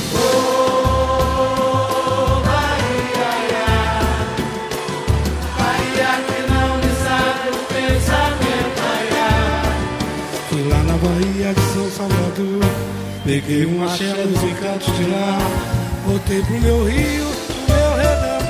Oh, Bahia, Bahia que não me sai do pensamento. Fui lá na Bahia de São Salvador, peguei um axé nos encantos de lá, voltei pro meu Rio, meu Redentor.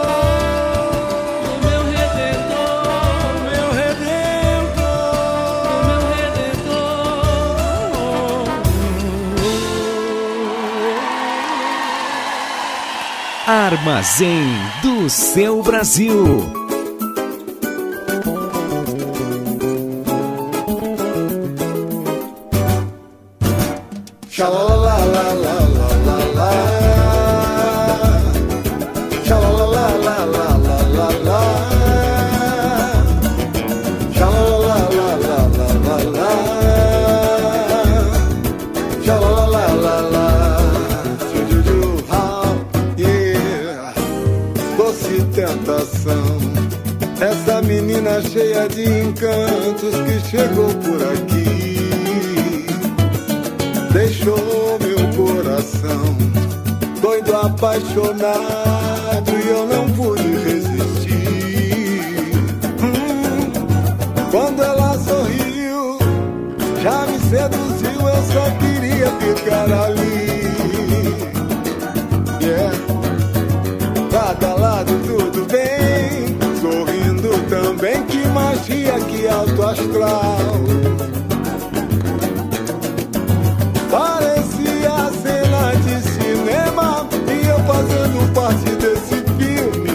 Armazém do Seu Brasil. Essa menina cheia de encantos que chegou por aqui deixou meu coração doido, apaixonado, e eu não pude resistir. Quando ela sorriu, já me seduziu, eu só queria ficar ali. Lado a lado tudo bem, sorrindo também, que magia, que alto astral. Parecia cena de cinema e eu fazendo parte desse filme.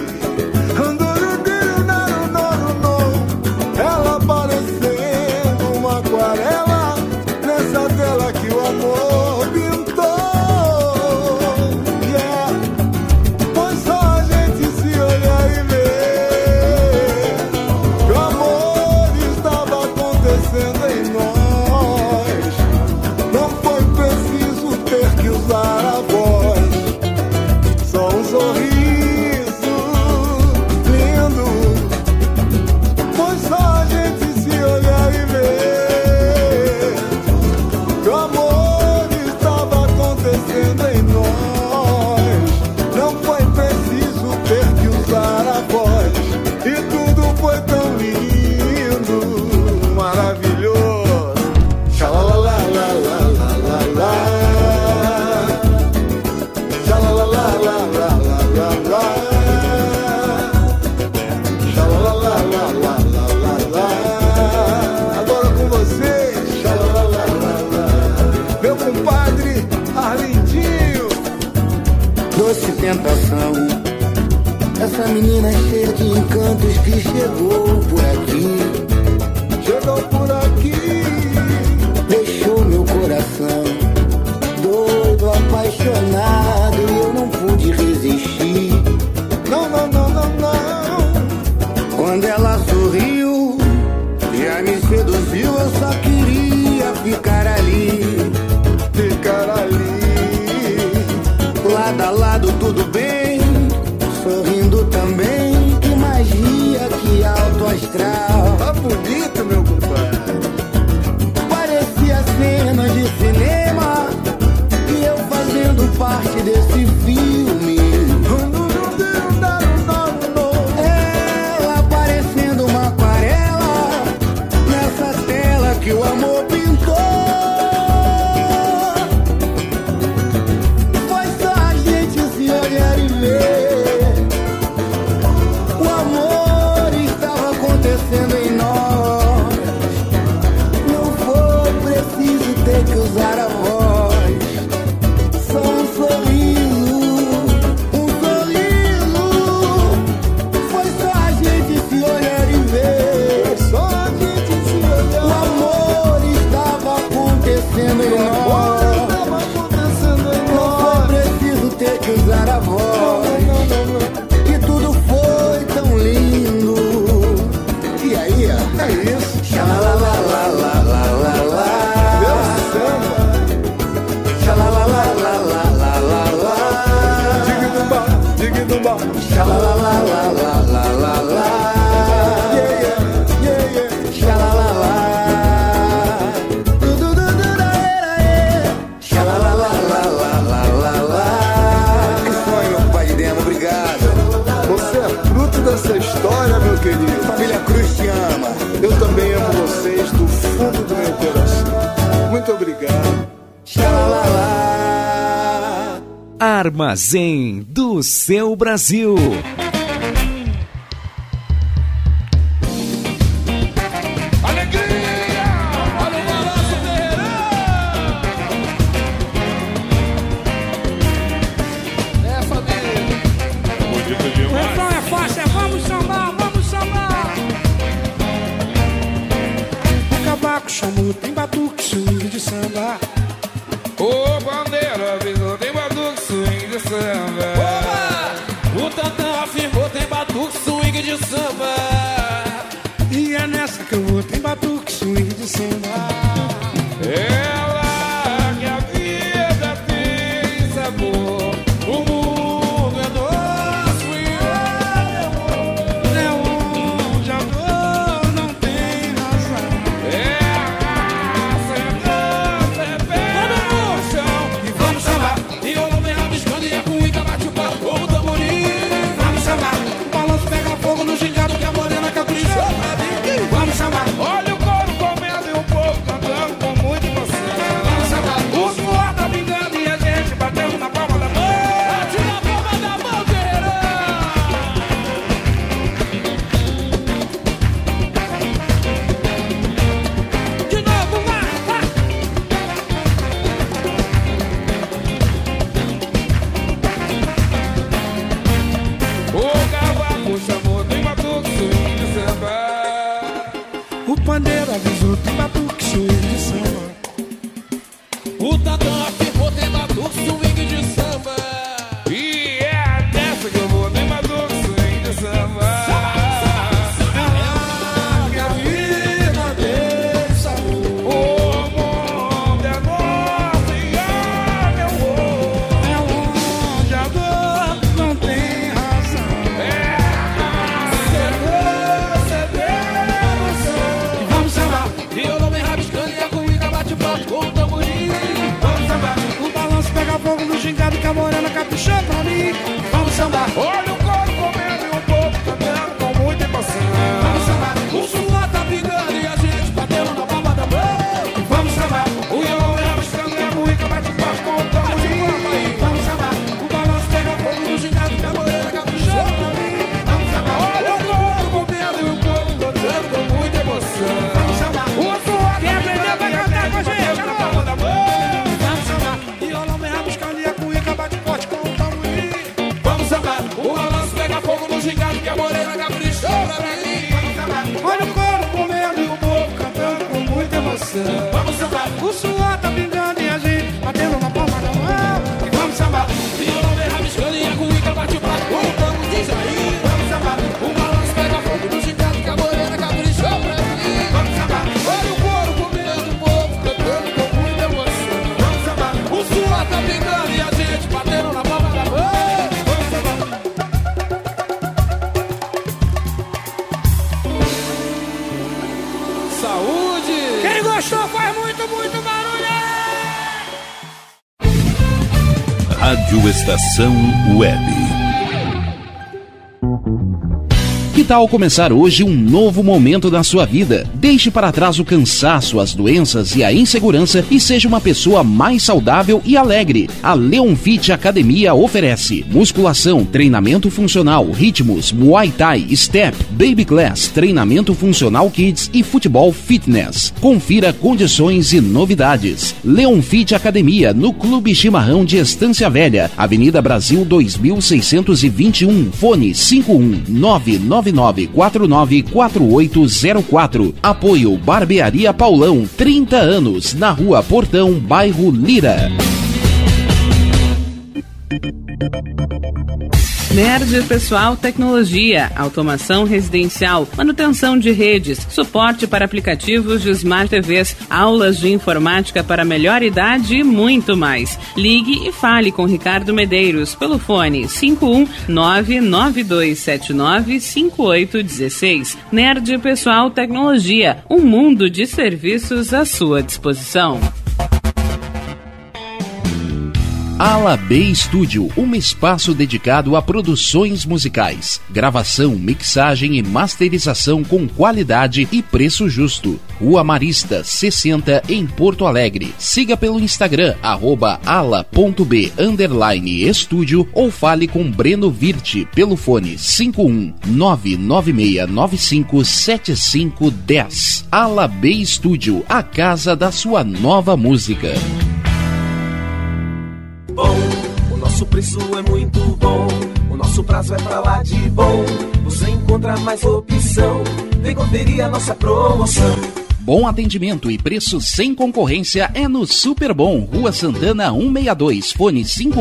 Ela parecendo uma aquarela nessa tela que o amor pintou. Pois só a gente se olhar e ver que o amor estava acontecendo em nós. Não foi preciso ter que usar a voz, só um sorriso lindo. Pois só a gente se olhar e ver que o amor estava acontecendo em nós. Não foi preciso ter que usar a voz, e tudo foi tão lindo, maravilhoso. Agora com vocês, meu compadre Arlindinho. Doce tentação, essa menina cheia de encantos que chegou por aqui. Chegou por aqui, deixou meu coração doido, apaixonado, e eu não pude resistir. Não, não, não, não, não. Quando ela sorriu, já me seduziu, eu só queria ficar ali. lado tudo bem, sorrindo também, que magia, que alto astral. Tá bonito, meu compadre. Parecia cena de cinema, e eu fazendo parte desse filme. Ela parecendo uma aquarela, nessa tela que o amor pintou. Foi só a gente se olhar e ver. O amor estava acontecendo em nós. Não foi preciso ter que usar a voz. Só um sorriso, um sorriso. Foi só a gente se olhar e ver. Só a gente se olhar. O amor estava acontecendo em nós. Não foi preciso ter que usar a voz. E tudo foi tão lindo. E aí, ó, é isso. Xalalalalalalalala. Meu samba. Xalalalalalalalala. Dig-dumba, dig-dumba. Xalalalalalalalala. Yeah, yeah, yeah, yeah. Xalalala. Du-du-du-du-da-era-e. Xalalalalalalalala. Que sonho, meu pai de Demo, obrigado. Você é fruto dessa história, meu querido. Família Cruz te ama. Eu também amo vocês do fundo do meu coração. Muito obrigado. Xalalala. Armazém do seu Brasil. O refrão é fácil, é vamos sambar, vamos sambar. O cavaco chamou, tem batuque, swing de samba. Ô bandeira avisou, tem batuque, swing de samba. O tantão afirmou, tem batuque, swing de samba. E é nessa que eu vou, tem batuque, swing de samba. Ela que a vida tem sabor. O mundo é nosso e É onde a dor não tem razão. é raça, é dança, é pé no chão. E vamos sambar, E eu não venho rabiscando e a cuíca bate o papo como o tamborim. vamos sambar. O balanço pega fogo no gingado que a morena caprichou pra mim. Vamos sambar, Olha o couro comendo e o povo cantando com muita emoção. vamos sambar. O suor tá pingando e a gente batendo na palma da mão. Bate na palma da mão, guerreirão. De novo, vai. O cavaco chamou, tem batuque, swing de samba. O pandeiro avisou, tem batuque, swing de samba. O tantão afirmou, tem batuque, swing de samba. E é a dessa que eu vou, tem batuque, swing de samba. Minha vida tem sabor. O mundo é nosso e é meu amor. É onde a dor não tem razão. É E vamos sambar, e eu não me rabiscando e a cuíca bate papo com o tamborim. vamos sambar. O balanço pega fogo no gingado que a morena caprichou pra mim. Vamos sambar, Olha o couro comendo e o povo cantando com muita emoção. vamos sambar. O suor tá pingando e a gente batendo na palma da mão. Vamos sambar, O violão é rabiscando e a cuíca bate papo com o tamborim. vamos sambar. O balanço pega fogo no gingado que a morena caprichou pra mim. Vamos sambar, Olha o couro comendo e o povo cantando com muita emoção. vamos sambar. O suor tá Quem aprendeu vai cantar com a gente, batendo na palma da mão. Vamos sambar, e eu não me rabiscando e a cuíca bate forte com o tamborim. Vamos sambar, o balanço pega fogo no gingado que a morena caprichou pra mim. Olha o couro comendo e o povo cantando com muita emoção. Vamos sambar, O suor tá pingando e a gente batendo na palma da mão. E vamos sambar, e eu não me rabiscando e a cuíca bate papo com o tamborim. Diz aí. vamos sambar, O balanço pega fogo no gingado que a morena caprichou pra mim. vamos sambar, Olha o couro comendo o povo cantando com muita emoção. vamos sambar. O suor tá pingando e a gente batendo na palma da mão. Estação Web. Que tal começar hoje um novo momento da sua vida? Deixe para trás o cansaço, as doenças e a insegurança e seja uma pessoa mais saudável e alegre. A Leon Fit Academia oferece musculação, treinamento funcional, ritmos, Muay Thai, Step, Baby Class, treinamento funcional Kids e futebol fitness. Confira condições e novidades. Leon Fit Academia, no Clube Chimarrão de Estância Velha, Avenida Brasil 2621, fone 51999494804. Apoio Barbearia Paulão, 30 anos, na Rua Portão, bairro Lira. Nerd Pessoal Tecnologia, automação residencial, manutenção de redes, suporte para aplicativos de Smart TVs, aulas de informática para melhor idade e muito mais. Ligue e fale com Ricardo Medeiros pelo fone 51992795816. Nerd Pessoal Tecnologia, um mundo de serviços à sua disposição. Ala B Studio, um espaço dedicado a produções musicais, gravação, mixagem e masterização com qualidade e preço justo. Rua Marista, 60, em Porto Alegre. Siga pelo Instagram, @ala.b_estúdio ou fale com Breno Virte pelo fone 51996957510. Ala B Studio, a casa da sua nova música. Bom, o nosso preço é muito bom, o nosso prazo é pra lá de bom. Você encontra mais opção, vem conferir a nossa promoção. Bom atendimento e preço sem concorrência é no Super Bom, Rua Santana 162, fone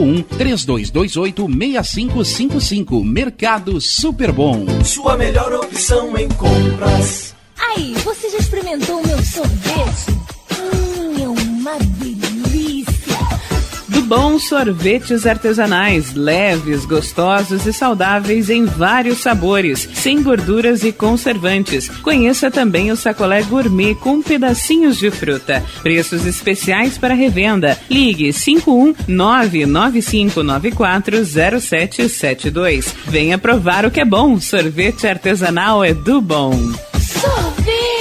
51-3228-6555, Mercado Super Bom. Sua melhor opção em compras. Aí, você já experimentou o meu sorvete? É uma delícia. Do Bom Sorvetes Artesanais, leves, gostosos e saudáveis em vários sabores, sem gorduras e conservantes. Conheça também o sacolé gourmet com pedacinhos de fruta. Preços especiais para revenda. Ligue 51995940772. Venha provar o que é bom. Sorvete artesanal é do Bom. Sorvete!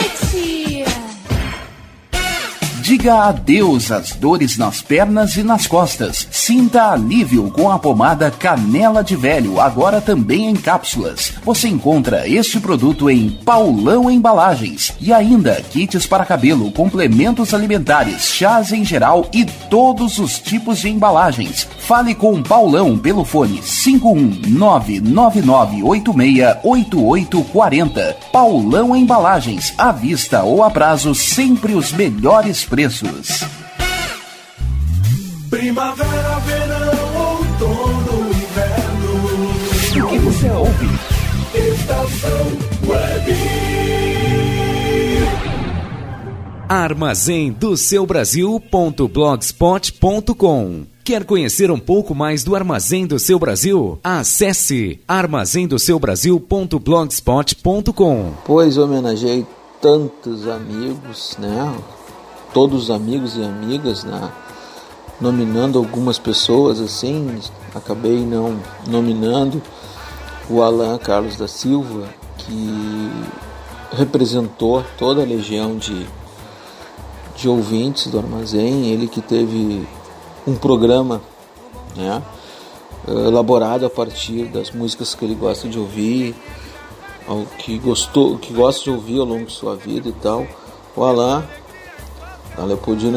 Diga adeus às dores nas pernas e nas costas. Sinta alívio com a pomada Canela de Velho, agora também em cápsulas. Você encontra este produto em Paulão Embalagens. E ainda kits para cabelo, complementos alimentares, chás em geral e todos os tipos de embalagens. Fale com Paulão pelo fone 51999868840. Paulão Embalagens, à vista ou a prazo, sempre os melhores preços. Primavera, verão, outono, inverno. O que você ouve? Estação Web. Armazém do Seu Brasil.blogspot.com. Quer conhecer um pouco mais do Armazém do Seu Brasil? Acesse armazendoseubrasil.blogspot.com. Pois homenageei tantos amigos, né? Todos os amigos e amigas, né? Nominando algumas pessoas assim, acabei não nominando o Alan Carlos da Silva, que representou toda a legião de ouvintes do Armazém, ele que teve um programa, né, elaborado a partir das músicas que ele gosta de ouvir, ao que gosta de ouvir ao longo de sua vida e tal. O Alan, a Leopoldina,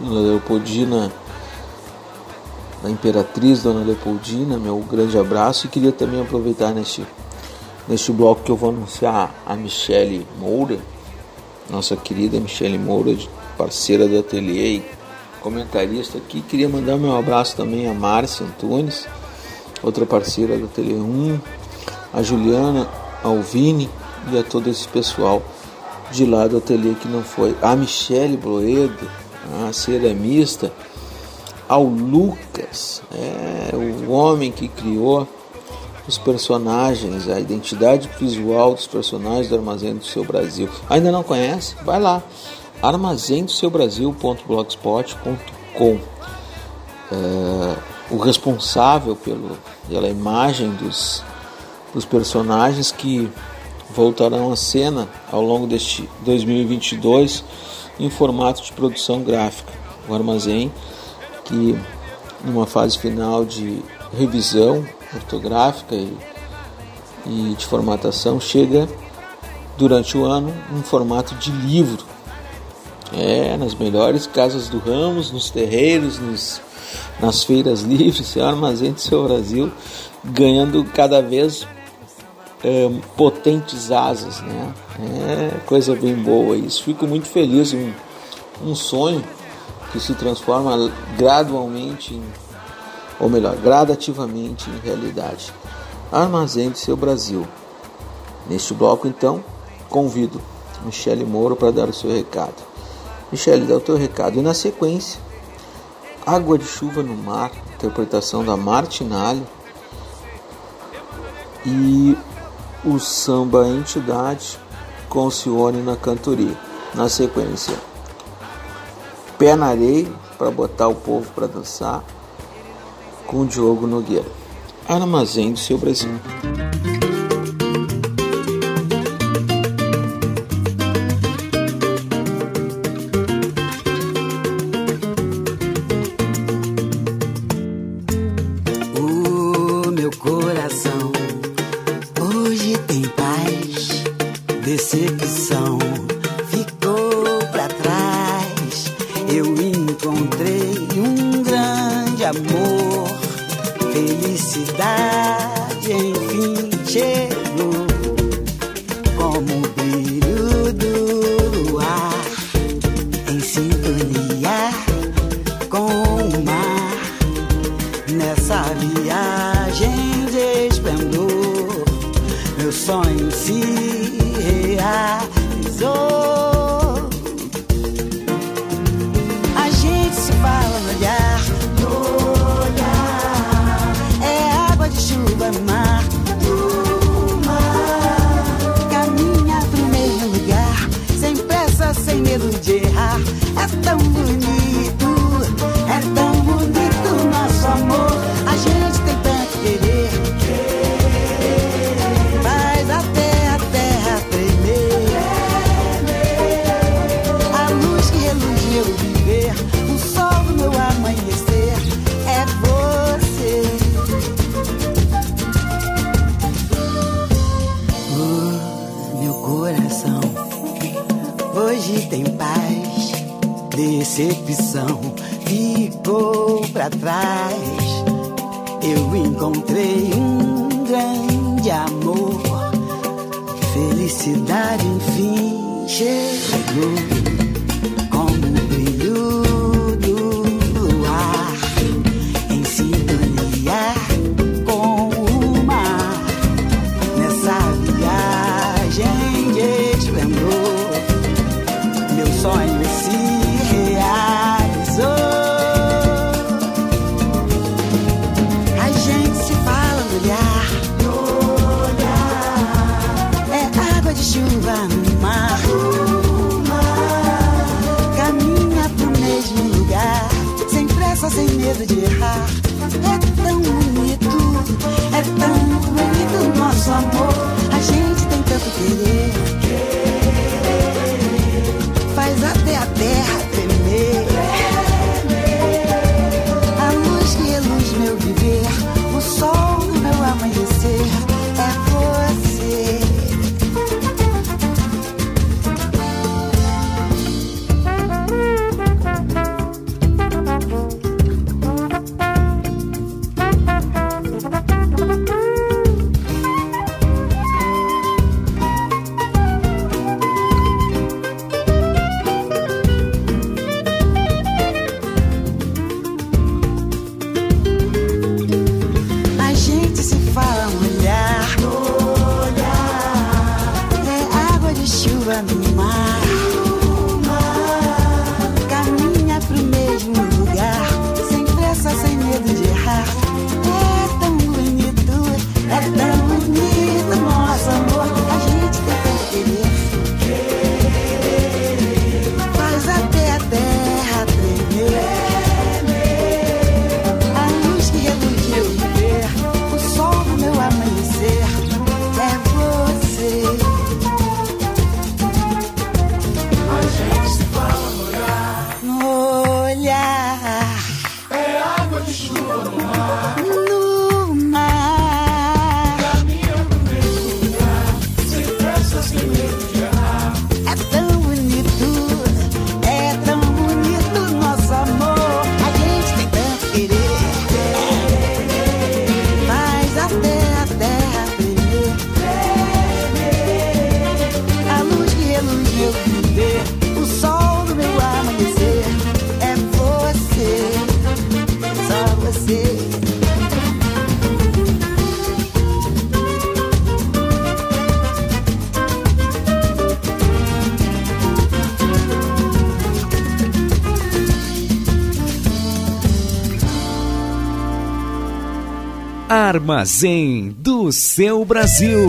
a Imperatriz Dona Leopoldina, meu grande abraço, e queria também aproveitar neste bloco que eu vou anunciar a Michele Moura, nossa querida Michele Moura, parceira do ateliê e comentarista aqui. Queria mandar meu abraço também a Márcia Antunes, outra parceira do ateliê 1, a Juliana, ao Vini e a todo esse pessoal de lá do ateliê que não foi, a Michele Broedo, a ceramista, ao Lucas, o homem que criou os personagens, a identidade visual dos personagens do Armazém do Seu Brasil. Ainda não conhece? Vai lá, armazendoseubrasil.blogspot.com. o responsável pela imagem dos personagens que voltarão à cena ao longo deste 2022 em formato de produção gráfica. O Armazém, que numa fase final de revisão ortográfica e de formatação, chega durante o ano em formato de livro. Nas melhores casas do Ramos, nos terreiros, nas feiras livres, é o Armazém do Seu Brasil, ganhando cada vez potentes asas, né? É coisa bem boa isso. Fico muito feliz, um sonho que se transforma gradativamente em realidade. Armazém do Seu Brasil. Neste bloco, então, convido Michele Moura para dar o seu recado. Michele, dá o teu recado. E na sequência, Água de Chuva no Mar, interpretação da Martinalha, e o samba Entidade com Cione na cantoria. Na sequência, Pé na Areia, para botar o povo para dançar, com o Diogo Nogueira. Armazém do Seu Brasil. O meu coração hoje tem paz, decepção ficou pra trás. Eu encontrei um grande amor, felicidade enfim chegou, como o brilho do luar, em sintonia com o mar, nessa viagem de esplendor, meu sonho se realizou. A gente se fala no olhar, é água de chuva no mar, caminha pro mesmo lugar, sem pressa, sem medo de errar. É tão bonito nosso amor. A gente tem tanto querer, faz até a terra tremer. A luz que reluz meu viver, o sol do meu amanhecer, é você. Oh, meu coração hoje tem paz, decepção ficou pra trás. Eu encontrei um grande amor, felicidade enfim chegou, como o brilho do luar, em sintonia com o mar, nessa viagem de esplendor, meu sonho se realizou. A gente se fala no olhar, é água de chuva no mar, caminha pro mesmo lugar, sem pressa, sem medo de errar. É tão bonito nosso amor. A gente tem tanto querer, faz até a terra tremer. A luz que reluz meu viver, o sol do meu amanhecer, é você. Armazém do Seu Brasil.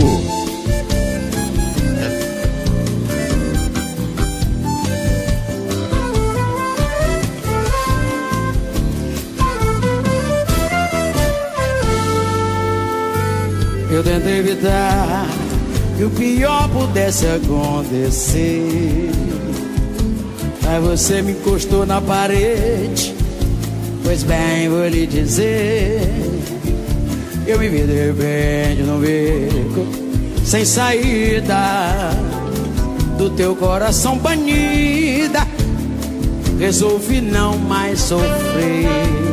Eu tentei evitar que o pior pudesse acontecer, mas você me encostou na parede. Pois bem, vou lhe dizer, eu me vi de repente num beco sem saída, do teu coração banida. Resolvi não mais sofrer.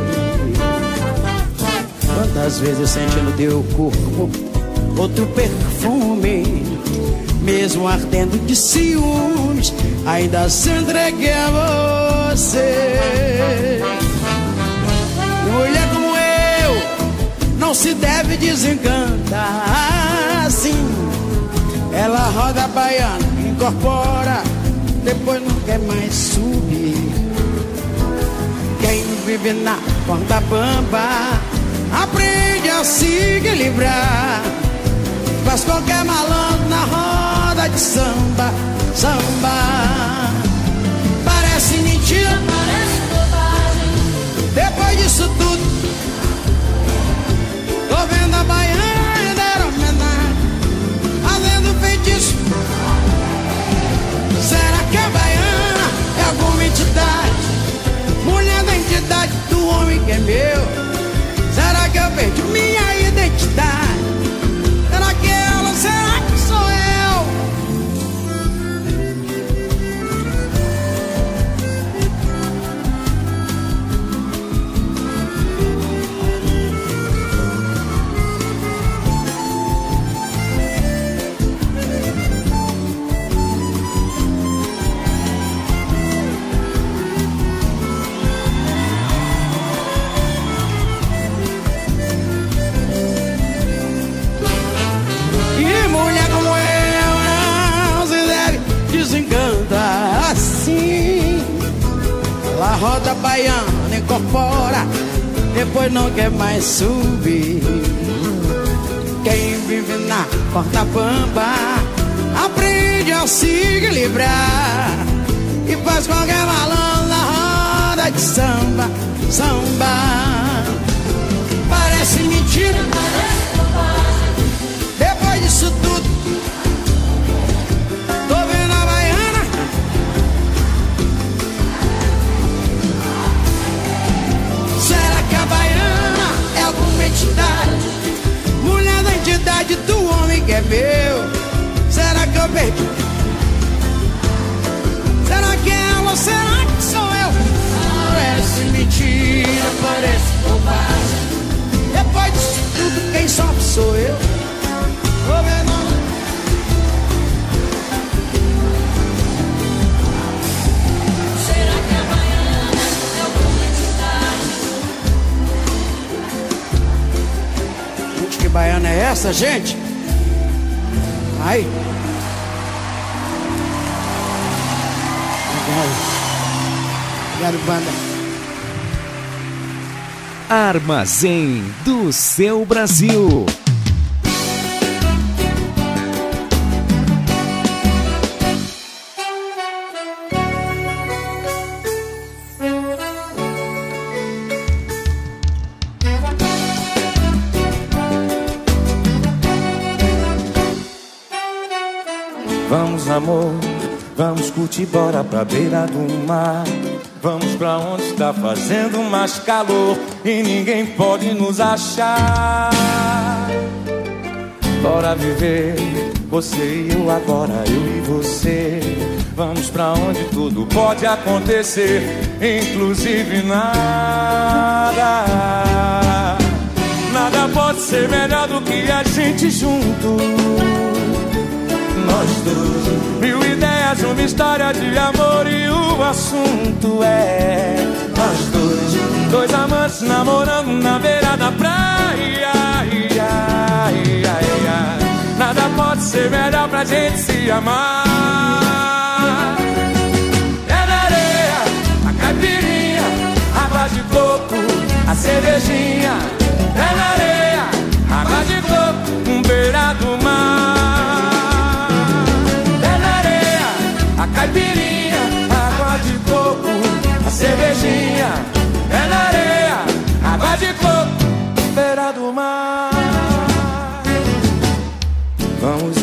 Quantas vezes senti no teu corpo outro perfume, mesmo ardendo de ciúmes, ainda se entreguei a você. Mulher como eu não se deve desencantar assim. Ela roda a baiana, incorpora, depois não quer mais subir. Quem vive na corda bamba aprende a se equilibrar. Faz qualquer malandro na roda de samba, samba. Parece mentira, parece bobagem. Depois disso tudo, tô vendo a baiana dar homenagem, fazendo feitiço. Será que a baiana é alguma entidade, mulher da entidade do homem que é meu? Será que eu perdi minha identidade? Será que ela, será que sou eu? Ela roda a baiana, incorpora, depois não quer mais subir. Quem vive na corda bamba aprende a se equilibrar e faz qualquer malandro na roda de samba, samba. Parece mentira, parece bobagem. Depois disso tudo, tô vendo a baiana. Será que a baiana é alguma entidade, mulher da entidade do homem que é meu? Será que eu perdi? Será que é ela ou será que sou eu? Parece mentira, parece bobagem. Depois disso tudo, quem sofre sou eu. Vou ver não. Será que a baiana é alguma entidade? Gente, que baiana é essa, gente? Ai. Obrigado, banda. Armazém do Seu Brasil. Vamos, amor, vamos curtir, bora pra beira do mar. Vamos pra onde está fazendo mais calor e ninguém pode nos achar. Bora viver, você e eu agora, eu e você. Vamos pra onde tudo pode acontecer, inclusive nada. Nada pode ser melhor do que a gente junto. Nós dois, mil ideias, uma história de amor e o assunto é nós dois, dois amantes namorando na beira da praia. Nada pode ser melhor pra gente se amar. É na areia, a caipirinha, água de coco, a cervejinha. É na areia,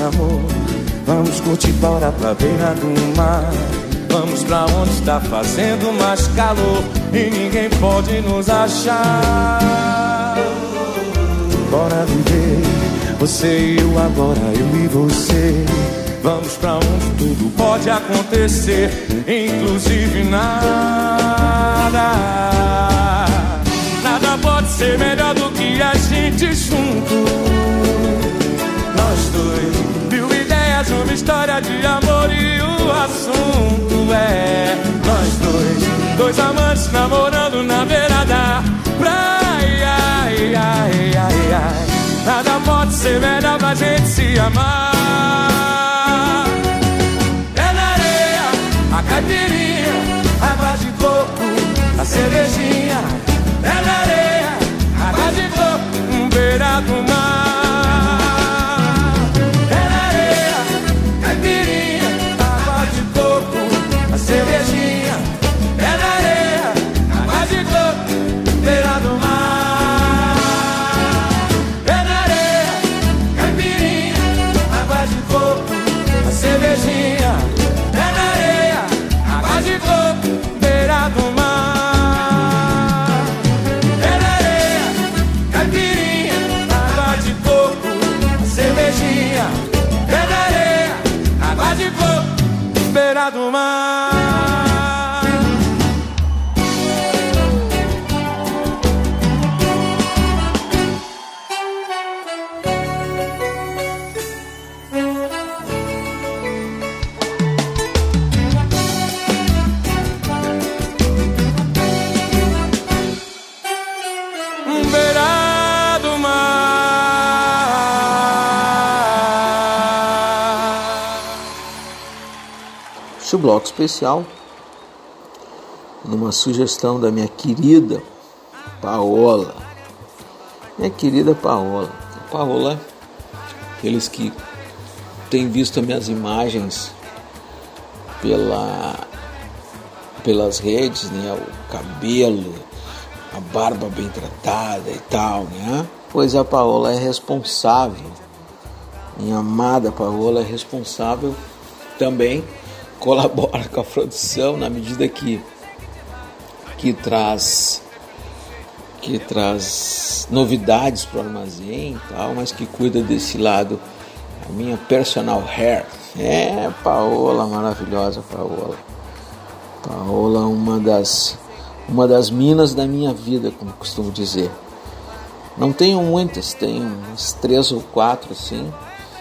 amor. Vamos curtir bora pra beira do mar. Vamos pra onde está fazendo mais calor e ninguém pode nos achar. Bora viver, você e eu agora, eu e você. Vamos pra onde tudo pode acontecer, inclusive nada. Nada pode ser melhor do que a gente junto. Nós dois, mil ideias, uma história de amor e o assunto é nós dois amantes namorando na beira da praia. Ai, ai, ai, ai. Nada pode ser melhor pra gente se amar. É na areia, a caipirinha, água de coco, a cervejinha. É na areia, água de coco, beira do mar. É na areia, caipirinha, água de coco, a cervejinha. É na areia, água de coco, beira do mar. Cervejinha, é na areia, água de coco, beira do mar. É na areia, caipirinha, água de coco, cervejinha. É na areia, água de coco, beira do mar. Este bloco especial, numa sugestão da minha querida Paola. Minha querida Paola. Paola, aqueles que têm visto as minhas imagens pelas redes, né? O cabelo, a barba bem tratada e tal, né? Pois a Paola é responsável, minha amada Paola é responsável também, colabora com a produção na medida que traz novidades para o armazém e tal, mas que cuida desse lado, a minha personal hair. É, Paola, maravilhosa Paola. Paola, uma das minas da minha vida, como costumo dizer. Não tenho muitas, tenho umas 3 ou 4 assim.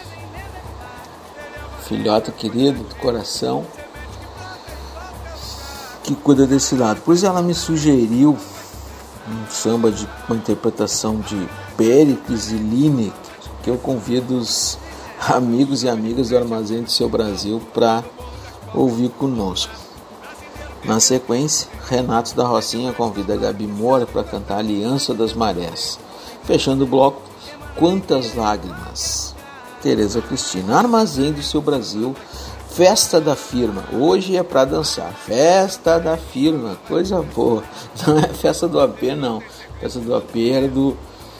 Filhota querido do coração, que cuida desse lado. Pois ela me sugeriu um samba de uma interpretação de Péricles e Lineker, que eu convido os amigos e amigas do Armazém do Seu Brasil para ouvir conosco. Na sequência, Renato da Rocinha convida a Gabi Moura para cantar Aliança das Marés. Fechando o bloco, Quantas Lágrimas, Tereza Cristina. Armazém do Seu Brasil, Festa da Firma. Hoje é para dançar. Festa da Firma, coisa boa. Não é festa do AP, não. Festa do AP era do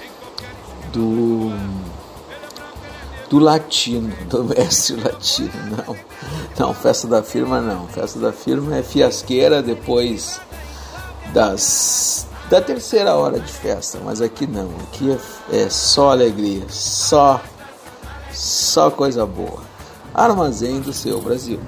latino, do mestre latino. Não, Festa da Firma não. Festa da Firma é fiasqueira depois da 3ª hora de festa. Mas aqui não. Aqui é só alegria, só coisa boa. Armazém do Seu Brasil.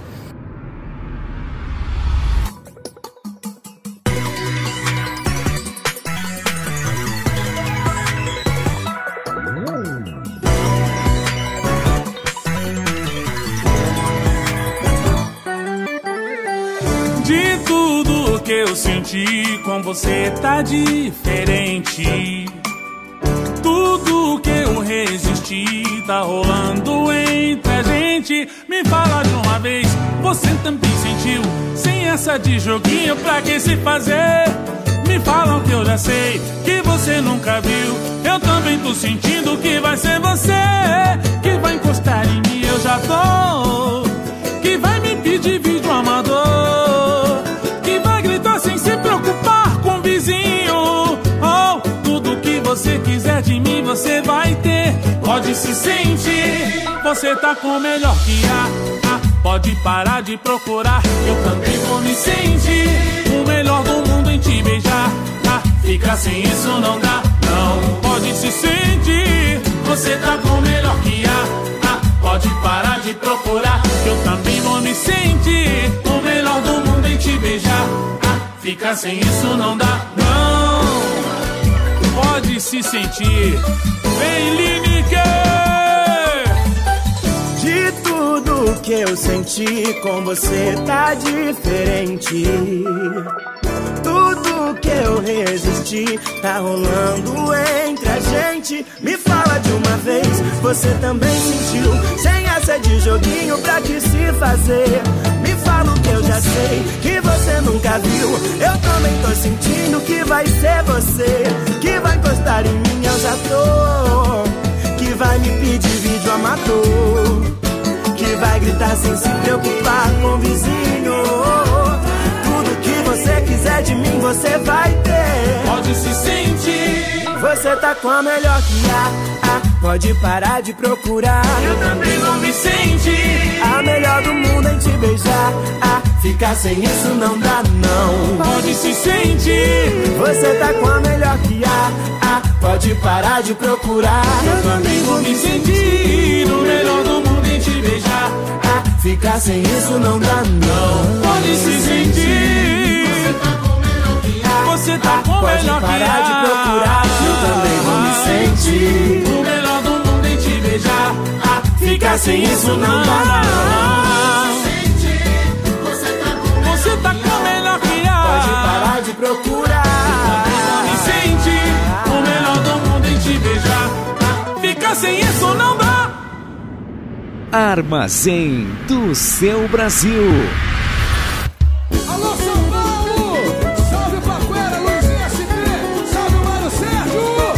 De tudo que eu senti, com você tá diferente. Tudo que eu resisti tá rolando entre a gente. Me fala de uma vez, você também sentiu? Sem essa de joguinho, pra que se fazer? Me falam que eu já sei, que você nunca viu. Eu também tô sentindo que vai ser você que vai encostar em mim, eu já tô. Que vai me pedir vídeo amador, que vai gritar sem se preocupar com o vizinho. Oh, tudo que você quiser de mim você vai ter. Pode Pode se sentir, você tá com o melhor que há. Pode parar de procurar, eu também vou me sentir o melhor do mundo em te beijar. Ficar sem isso não dá, não. Pode se sentir, você tá com o melhor que há. Pode parar de procurar, eu também vou me sentir o melhor do mundo em te beijar. Ficar sem isso não dá, não. Pode se sentir. Vem, Lineker! De tudo que eu senti com você tá diferente. Tudo que eu resisti tá rolando entre a gente. Me fala de uma vez, você também sentiu? Sem essa de joguinho pra que se fazer. Me fala o que eu já sei, que você nunca viu. Eu também tô sentindo que vai ser você que vai encostar em mim, eu já tô. Que vai me pedir vídeo amador, que vai gritar sem se preocupar com o vizinho. Tudo que você quiser de mim, você vai ter. Pode se sentir, você tá com a melhor que há. Pode parar de procurar, eu também vou me sentir a melhor do mundo em te beijar. Ficar sem isso não dá, não. Pode se sentir, você tá com a melhor que há. Pode parar de procurar, eu também vou me sentir o melhor do mundo em te beijar. Ficar sem isso não dá, não. Pode se sentir, você tá com o melhor que há. Pode parar de procurar, eu também vou me sentir o melhor do mundo em te beijar. Ficar sem isso não dá, não. Você tá com o melhor que há. Pode parar de procurar, me sente o melhor do mundo em te beijar. Ficar sem isso não dá. Armazém do seu Brasil. Alô, São Paulo! Salve Paquera, Luizinho SP! Salve o Mário Sérgio!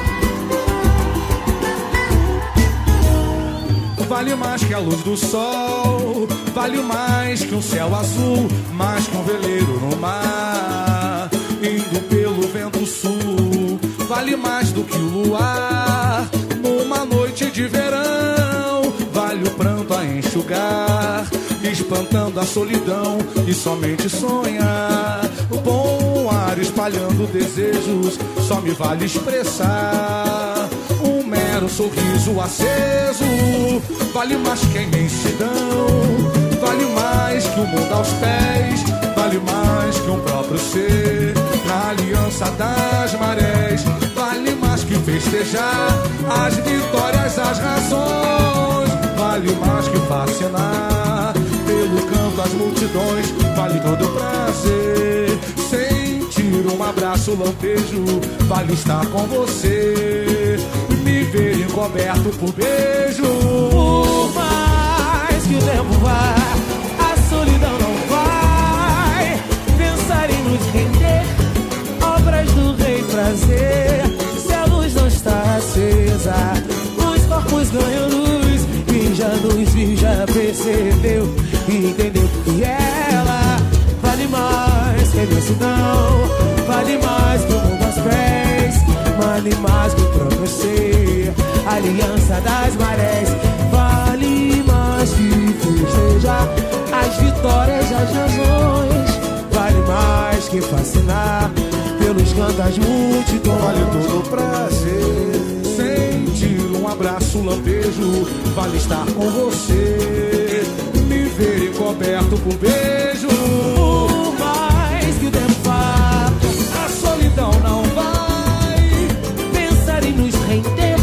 Vale mais que a luz do sol, vale mais que um céu azul, mais que um veleiro no mar, indo pelo vento sul. Vale mais do que o luar, numa noite de verão, vale o pranto a enxugar, espantando a solidão e somente sonhar. O bom ar espalhando desejos, só me vale expressar. Um mero sorriso aceso, vale mais que a imensidão, vale mais que o mundo aos pés, vale mais que um próprio ser. Na aliança das marés, vale mais que festejar as vitórias, as razões, vale mais que fascinar pelo canto as multidões, vale todo o prazer. Sentir um abraço lampejo, vale estar com você, me ver encoberto por beijo. Por mais que o tempo vá, a solidão não vai pensar em nos render, obras do rei prazer. Se a luz não está acesa, os corpos ganham luz. Quem já nos viu já percebeu e entendeu que ela vale mais que a imensidão, vale mais que o mundo aos pés, vale mais que o próprio ser. Aliança das marés, vale mais que festejar as vitórias, as razões, vale mais que fascinar pelos cantos das multidões, vale todo o prazer. Sentir um abraço lampejo, vale estar com você, me ver encoberto por beijo. Por mais que o tempo vá, a solidão não vai pensar em nos render,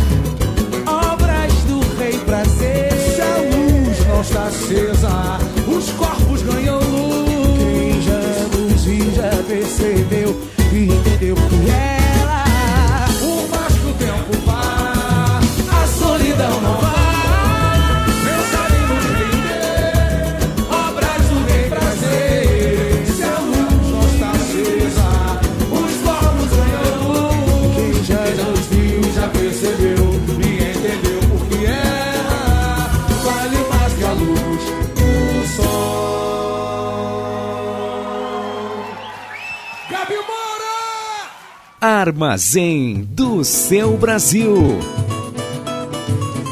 obras do rei prazer. Se a luz não está acesa, os corpos ganham luz. Quem já nos viu já percebeu e entendeu que ela, por mais que o tempo vá, a solidão não vai pensar em nos render, obras do rei prazer. Se a luz não está acesa, os corpos ganham luz. Quem já nos viu já percebeu e entendeu porque ela vale mais que a luz do sol. Gabi Moura! Armazém do seu Brasil.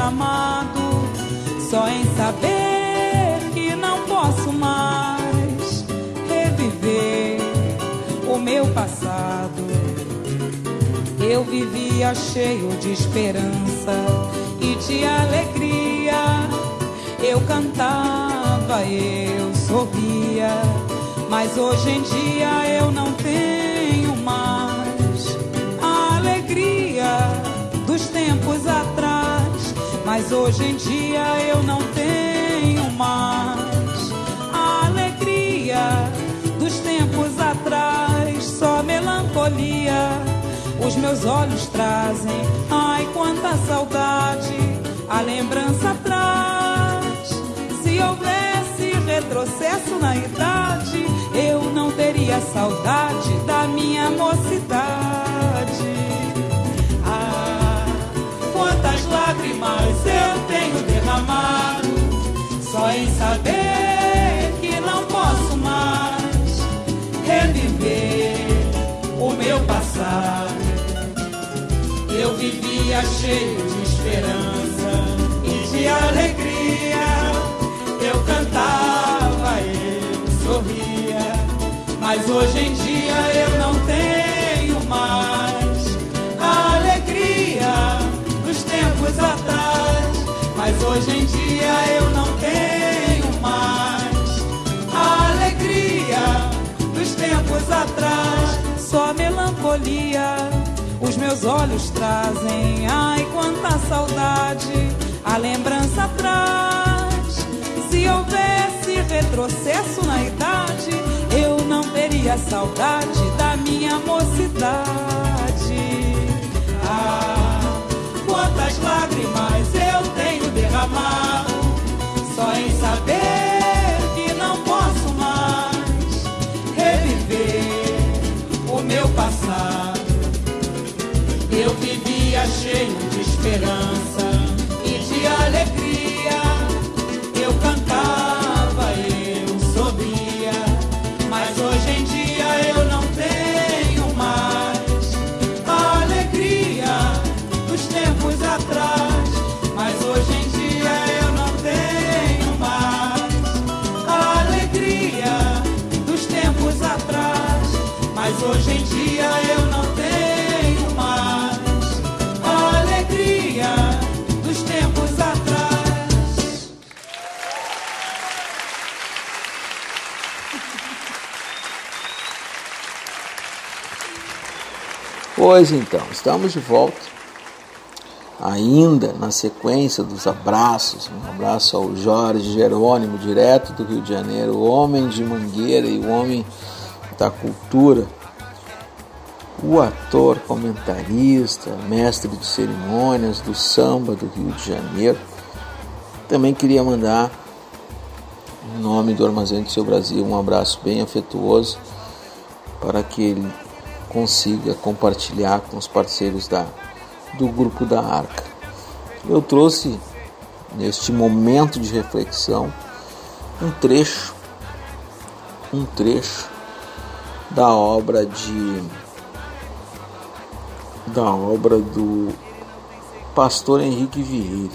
derramado, só em saber que não posso mais reviver o meu passado. Eu vivia cheio de esperança e de alegria. Eu cantava, eu sorria, mas hoje em dia eu não tenho mais a alegria dos tempos atrás. Mas hoje em dia eu não tenho mais a alegria dos tempos atrás. Só melancolia os meus olhos trazem. Ai, quanta saudade a lembrança traz. Se houvesse retrocesso na idade, eu não teria saudade da minha mocidade. Ah, quantas lágrimas eu tenho derramado, só em saber que não posso mais reviver o meu passado. Eu vivia cheio de esperança e de alegria. Eu cantava, eu sorria, mas hoje em dia eu não tenho mais a alegria dos tempos atrás. Mas hoje em dia eu não tenho mais a alegria dos tempos atrás. Só melancolia os meus olhos trazem. Ai, quanta saudade a lembrança traz. Se houvesse retrocesso na idade, eu não teria saudade da minha mocidade. Ah, quantas lágrimas eu tenho derramado, só em saber que não posso mais reviver o meu passado. Eu vivia cheio de esperança e de alegria. Eu cantava, eu sorria, mas hoje em dia eu não tenho mais a alegria dos tempos atrás. Mas hoje em dia eu não tenho mais a alegria dos tempos atrás. Mas hoje em dia eu não tenho mais a alegria dos tempos atrás. Pois então, estamos de volta, ainda na sequência dos abraços. Um abraço ao Jorge Jerônimo, direto do Rio de Janeiro, o homem de Mangueira e o homem da cultura, o ator, comentarista, mestre de cerimônias do samba do Rio de Janeiro. Também queria mandar, em nome do Armazém do Seu Brasil, um abraço bem afetuoso para que ele consiga compartilhar com os parceiros do Grupo da Arca. Eu trouxe, neste momento de reflexão, um trecho da obra do pastor Henrique Vieira,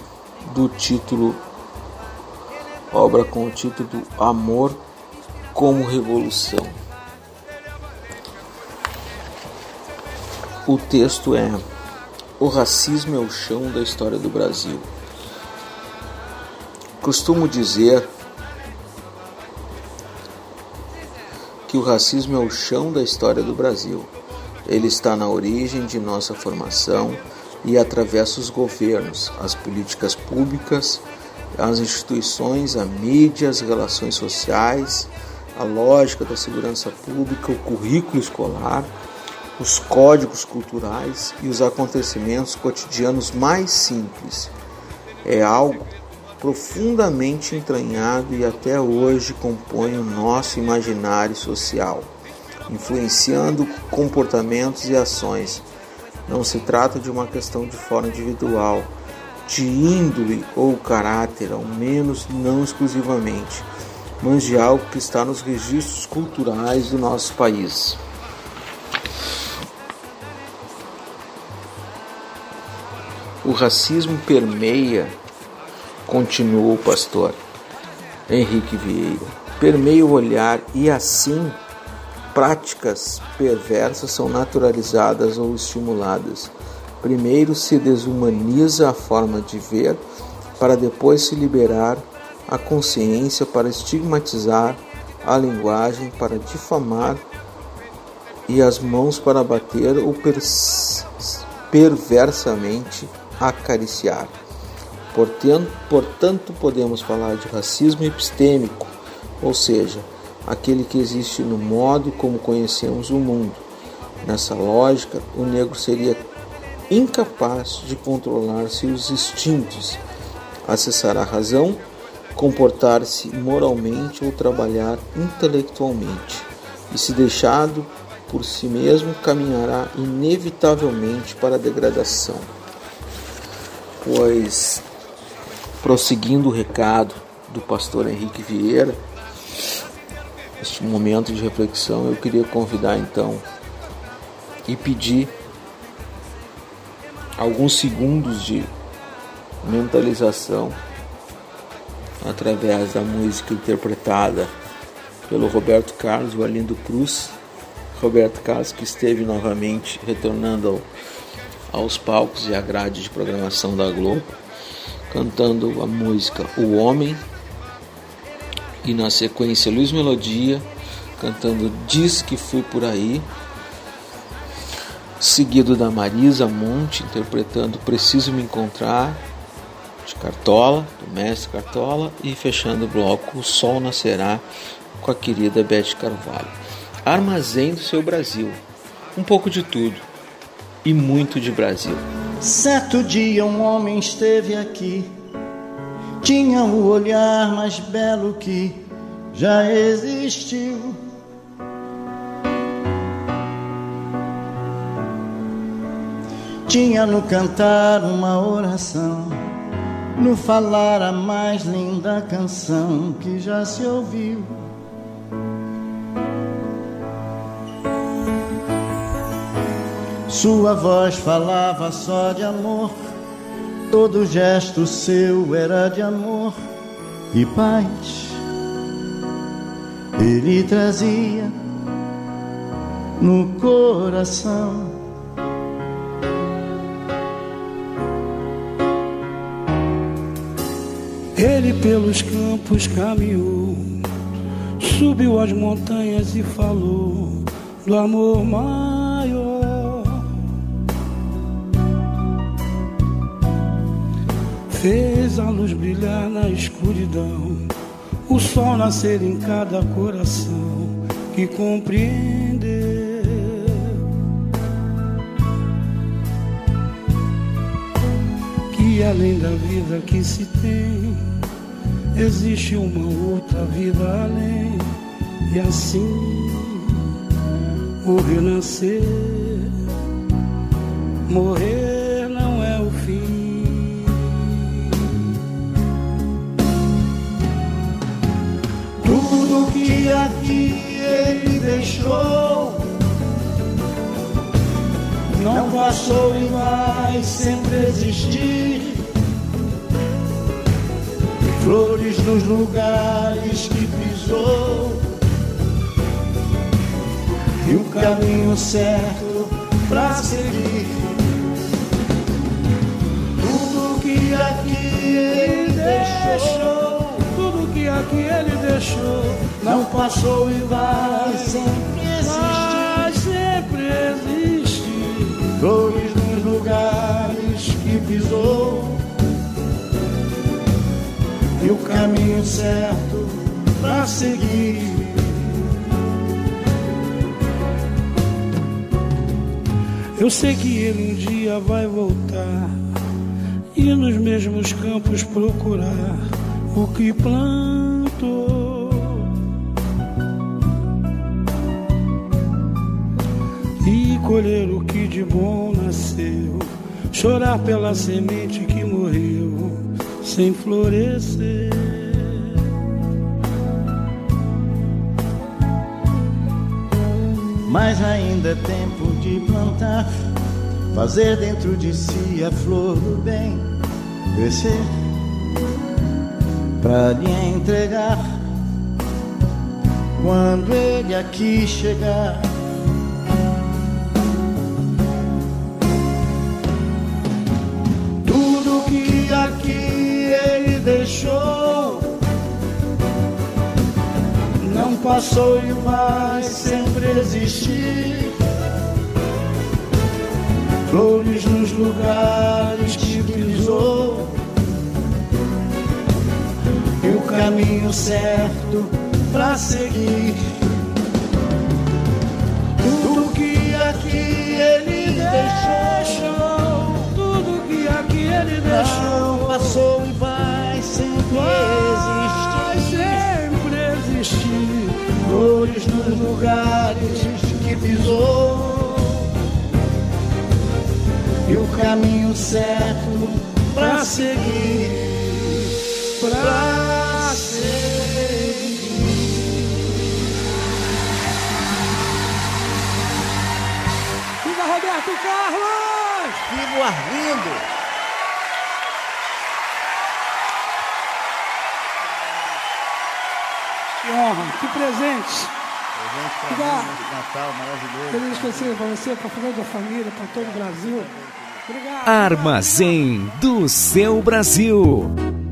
obra com o título Amor como Revolução. O texto é: o racismo é o chão da história do Brasil. Costumo dizer que o racismo é o chão da história do Brasil. Ele está na origem de nossa formação e atravessa os governos, as políticas públicas, as instituições, a mídia, as relações sociais, a lógica da segurança pública, o currículo escolar, os códigos culturais e os acontecimentos cotidianos mais simples. É algo profundamente entranhado e até hoje compõe o nosso imaginário social, influenciando comportamentos e ações. Não se trata de uma questão de forma individual, de índole ou caráter, ao menos não exclusivamente, mas de algo que está nos registros culturais do nosso país. O racismo permeia, continuou o pastor Henrique Vieira, permeia o olhar e assim práticas perversas são naturalizadas ou estimuladas. Primeiro se desumaniza a forma de ver, para depois se liberar a consciência, para estigmatizar a linguagem, para difamar e as mãos para bater ou perversamente acariciar. Portanto, podemos falar de racismo epistêmico, ou seja, aquele que existe no modo como conhecemos o mundo. Nessa lógica, o negro seria incapaz de controlar seus instintos, acessar a razão, comportar-se moralmente ou trabalhar intelectualmente, e se deixado por si mesmo, caminhará inevitavelmente para a degradação. Pois, prosseguindo o recado do pastor Henrique Vieira, este momento de reflexão, eu queria convidar então e pedir alguns segundos de mentalização através da música interpretada pelo Roberto Carlos, o Arlindo Cruz. Roberto Carlos, que esteve novamente retornando aos palcos e à grade de programação da Globo, cantando a música O Homem, e na sequência Luiz Melodia cantando Diz Que Fui Por Aí, seguido da Marisa Monte interpretando Preciso Me Encontrar, de Cartola, do mestre Cartola, e fechando o bloco O Sol Nascerá com a querida Beth Carvalho. Armazém do Seu Brasil, um pouco de tudo e muito de Brasil. Certo dia um homem esteve aqui, tinha o olhar mais belo que já existiu. Tinha no cantar uma oração, no falar a mais linda canção que já se ouviu. Sua voz falava só de amor, todo gesto seu era de amor e paz. Ele trazia no coração Ele pelos campos caminhou, subiu as montanhas e falou do amor maior. Fez a luz brilhar na escuridão, o sol nascer em cada coração que compreendeu que além da vida que se tem, existe uma outra vida além. E assim o renascer, morrer não é o fim. Tudo que aqui ele deixou não passou e vai sempre existir. Flores nos lugares que pisou e o caminho certo pra seguir. Tudo que aqui ele deixou, tudo que aqui ele deixou, não passou e vai sempre existir. Vai sempre existir. Flores nos lugares que pisou e o caminho certo pra seguir. Eu sei que ele um dia vai voltar e nos mesmos campos procurar o que plantou e colher o que de bom nasceu, chorar pela semente que morreu sem florescer. Mas ainda é tempo de plantar, fazer dentro de si a flor do bem crescer, pra lhe entregar quando ele aqui chegar. Tudo que aqui ele deixou não passou e vai sempre existir. Flores nos lugares que pisou e o caminho certo pra seguir. Tudo que aqui ele deixou, tudo que aqui ele deixou, passou e vai sempre existir. Flores nos lugares que pisou e o caminho certo pra seguir, pra seguir. Viva Roberto Carlos! Viva o Arlindo! Que honra, que presente! Presente pra mim, Natal maravilhoso. Feliz você, pra você, pra toda a família, pra todo o Brasil. Obrigado. Armazém do Seu Brasil.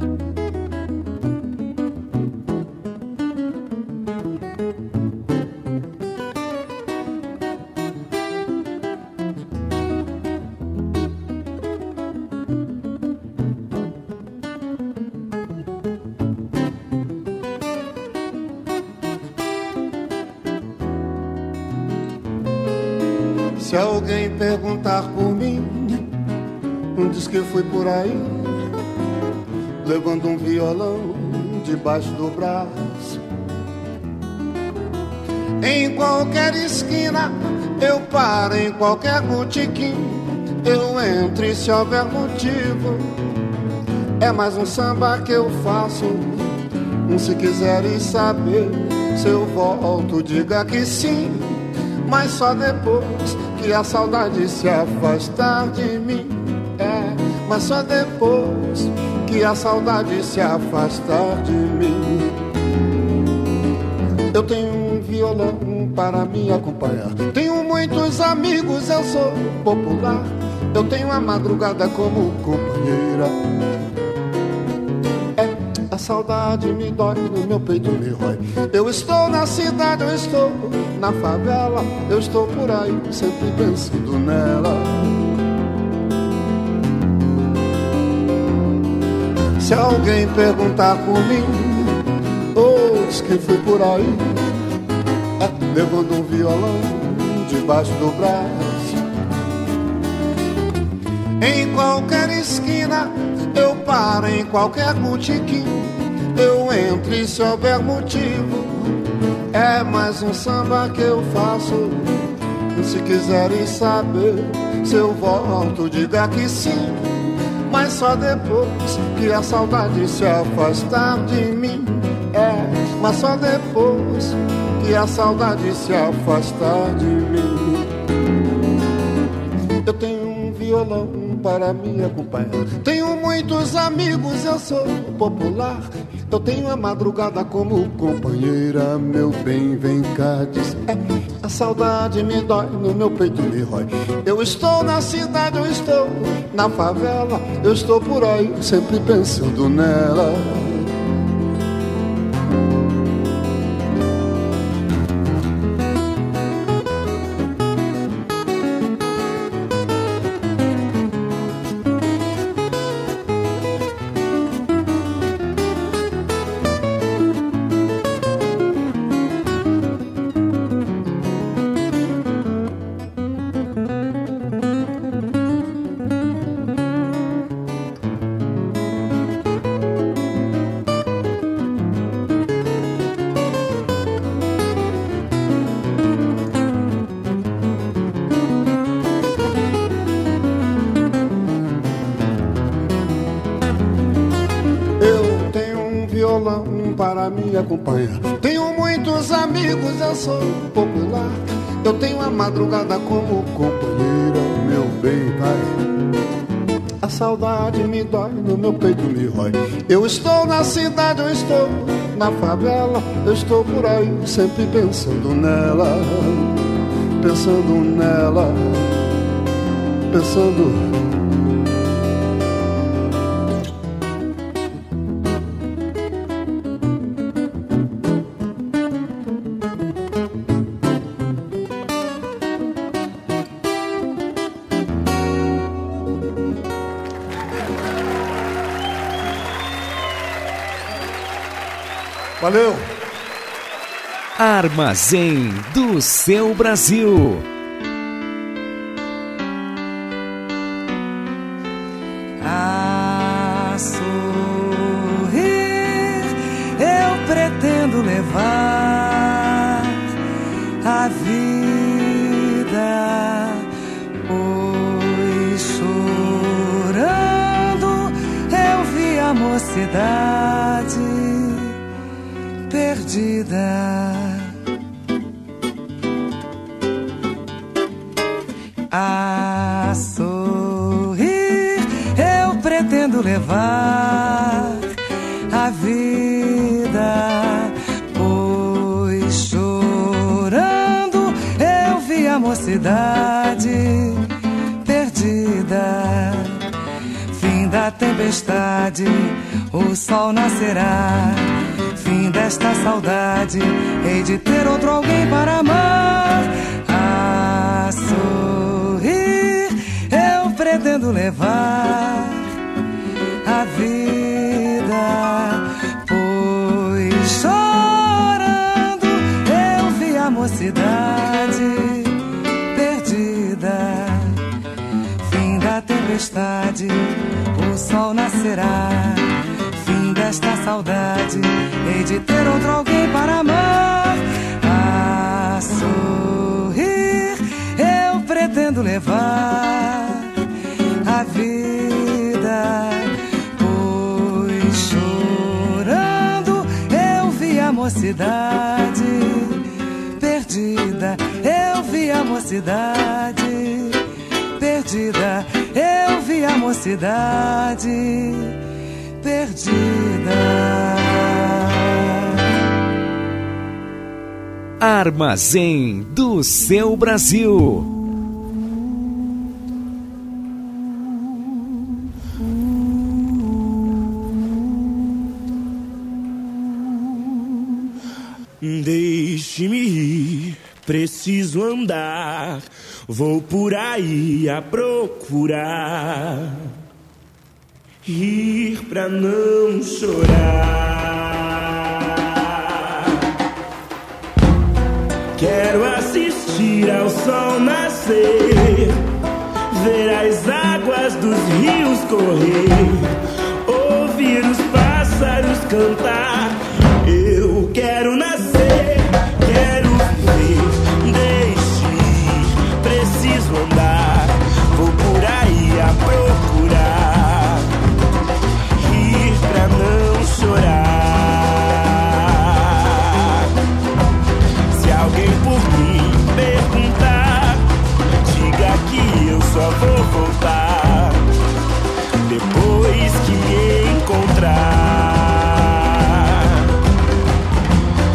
Se alguém perguntar por mim, diz que fui por aí, levando um violão debaixo do braço. Em qualquer esquina eu paro, em qualquer botequim eu entro, e se houver motivo é mais um samba que eu faço. Se quiserem saber se eu volto, diga que sim, mas só depois que a saudade se afastar de mim. Mas só depois que a saudade se afastar de mim. Eu tenho um violão para me acompanhar, tenho muitos amigos, eu sou popular. Eu tenho a madrugada como companheira. A saudade me dói, no meu peito me rói. Eu estou na cidade, eu estou na favela, eu estou por aí, sempre pensando nela. Se alguém perguntar por mim, diz que fui por aí, levando um violão debaixo do braço. Em qualquer esquina eu paro, em qualquer botequim eu entro, e se houver motivo é mais um samba que eu faço. Se quiserem saber se eu volto, diga que sim, mas só depois que a saudade se afastar de mim. Mas só depois que a saudade se afastar de mim. Eu tenho um violão para me acompanhar, tenho muitos amigos, eu sou popular. Eu tenho a madrugada como companheira. Meu bem, vem cá, diz. A saudade me dói, no meu peito me rói. Eu estou na cidade, eu estou na favela, eu estou por aí, sempre pensando nela. Para me acompanhar, tenho muitos amigos, eu sou popular. Eu tenho a madrugada como companheira. Meu bem, vai. A saudade me dói, no meu peito me rói. Eu estou na cidade, eu estou na favela, eu estou por aí, sempre pensando nela, pensando nela, pensando. Valeu! Armazém do Seu Brasil. A sorrir eu pretendo levar a vida, pois chorando eu vi a mocidade perdida. A sorrir eu pretendo levar a vida, pois chorando eu vi a mocidade perdida. Fim da tempestade, o sol nascerá. Fim desta saudade, hei de ter outro alguém para amar. A sorrir eu pretendo levar a vida, pois chorando eu vi a mocidade perdida. Fim da tempestade, o sol nascerá. Fim desta saudade, hei de ter outro alguém para amar. A sorrir eu pretendo levar a vida, pois chorando eu vi a mocidade perdida. Eu vi a mocidade perdida. Eu vi a mocidade perdida. Armazém do Seu Brasil. Deixe-me ir, preciso andar, vou por aí a procurar. Rir pra não chorar. Quero assistir ao sol nascer, ver as águas dos rios correr, ouvir os pássaros cantar. Eu quero nascer, quero viver. Deixe ir, preciso andar, vou por aí a procurar. Pra não chorar. Se alguém por mim perguntar, diga que eu só vou voltar depois que encontrar.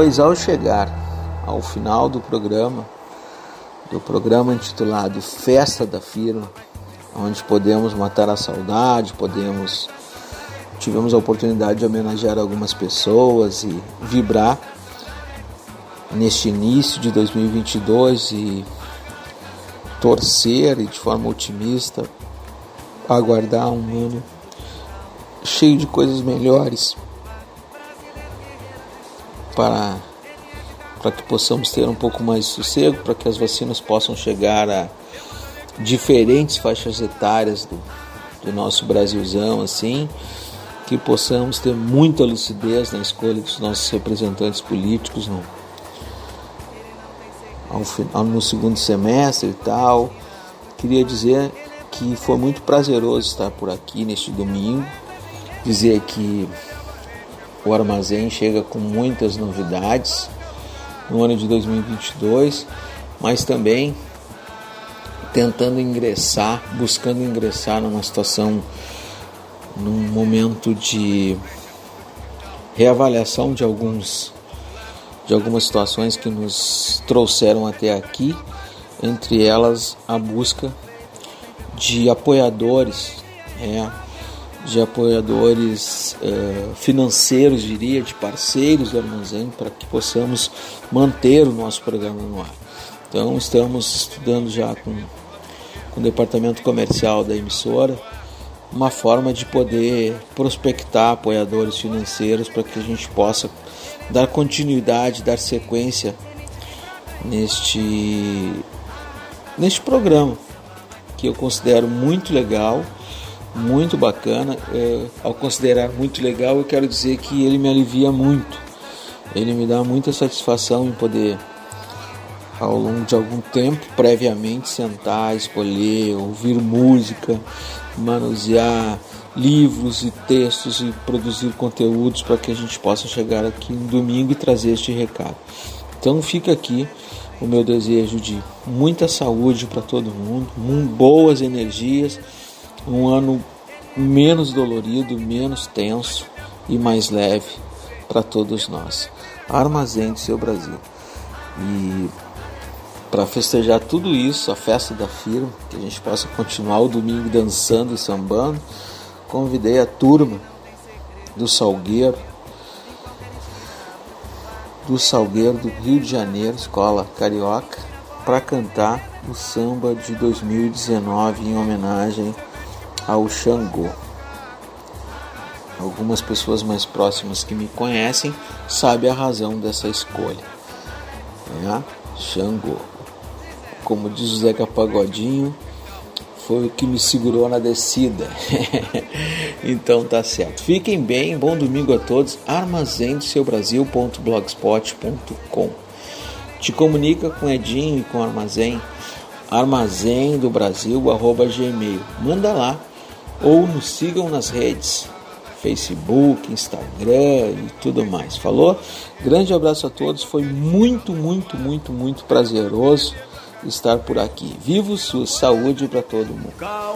2022, ao chegar ao final do programa intitulado Festa da Firma, onde podemos matar a saudade, tivemos a oportunidade de homenagear algumas pessoas e vibrar neste início de 2022 e torcer e de forma otimista aguardar um ano cheio de coisas melhores para que possamos ter um pouco mais de sossego, para que as vacinas possam chegar a diferentes faixas etárias do nosso Brasilzão, assim, que possamos ter muita lucidez na escolha dos nossos representantes políticos no segundo semestre e tal. Queria dizer que foi muito prazeroso estar por aqui neste domingo, dizer que o Armazém chega com muitas novidades no ano de 2022, mas também buscando ingressar numa situação, num momento de reavaliação de algumas situações que nos trouxeram até aqui, entre elas a busca de apoiadores, financeiros, diria, de parceiros do Armazém, para que possamos manter o nosso programa no ar. Então estamos estudando já com o departamento comercial da emissora uma forma de poder prospectar apoiadores financeiros para que a gente possa dar continuidade, dar sequência neste programa, que eu considero muito legal, muito bacana. Ao considerar muito legal, eu quero dizer que ele me alivia muito, ele me dá muita satisfação em poder, ao longo de algum tempo, previamente sentar, escolher, ouvir música, manusear livros e textos e produzir conteúdos para que a gente possa chegar aqui no domingo e trazer este recado. Então fica aqui o meu desejo de muita saúde para todo mundo, boas energias, um ano menos dolorido, menos tenso e mais leve para todos nós. Armazém do Seu Brasil. E para festejar tudo isso, a festa da firma, que a gente possa continuar o domingo dançando e sambando, convidei a turma do Salgueiro do Rio de Janeiro, Escola Carioca, para cantar o samba de 2019 em homenagem ao Xangô. Algumas pessoas mais próximas que me conhecem sabem a razão dessa escolha. Xangô. Como diz o Zeca Pagodinho, foi o que me segurou na descida. Então tá certo. Fiquem bem, bom domingo a todos. armazendoseubrasil.blogspot.com. Te comunica com Edinho e com o Armazém, armazendobrasil@gmail. Manda lá, ou nos sigam nas redes, Facebook, Instagram e tudo mais. Falou? Grande abraço a todos, foi muito, muito, muito, muito prazeroso estar por aqui. Viva o SUS, saúde para todo mundo.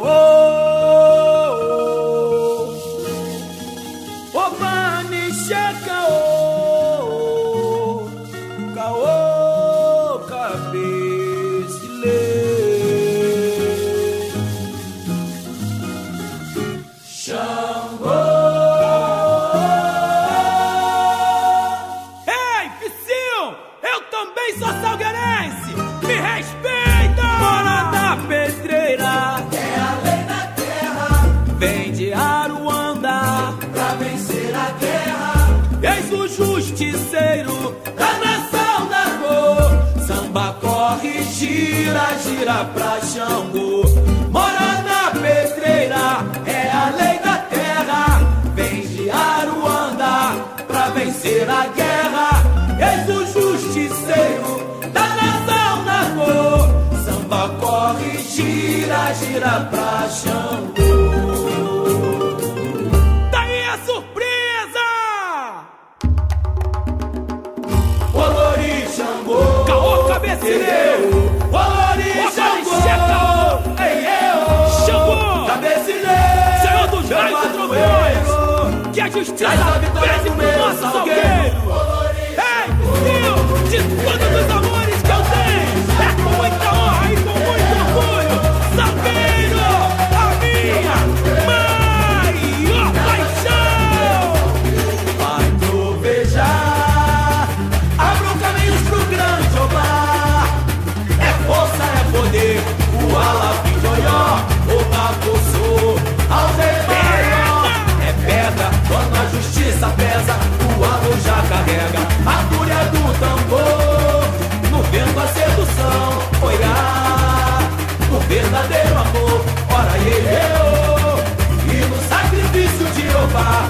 Justiceiro da nação da cor, samba corre, gira, gira pra Xangô. Mora na pedreira, é a lei da terra. Vem de Aruanda pra vencer a guerra. Eis o justiceiro da nação da cor, samba corre, gira, gira pra Xangô. Olori Xangô, Xangô, cabecileiro, Senhor dos raios e trovões, que a justiça pese pro nosso Salgueiro. Ei! verdadeiro amor. Ora, e no sacrifício de Jeová,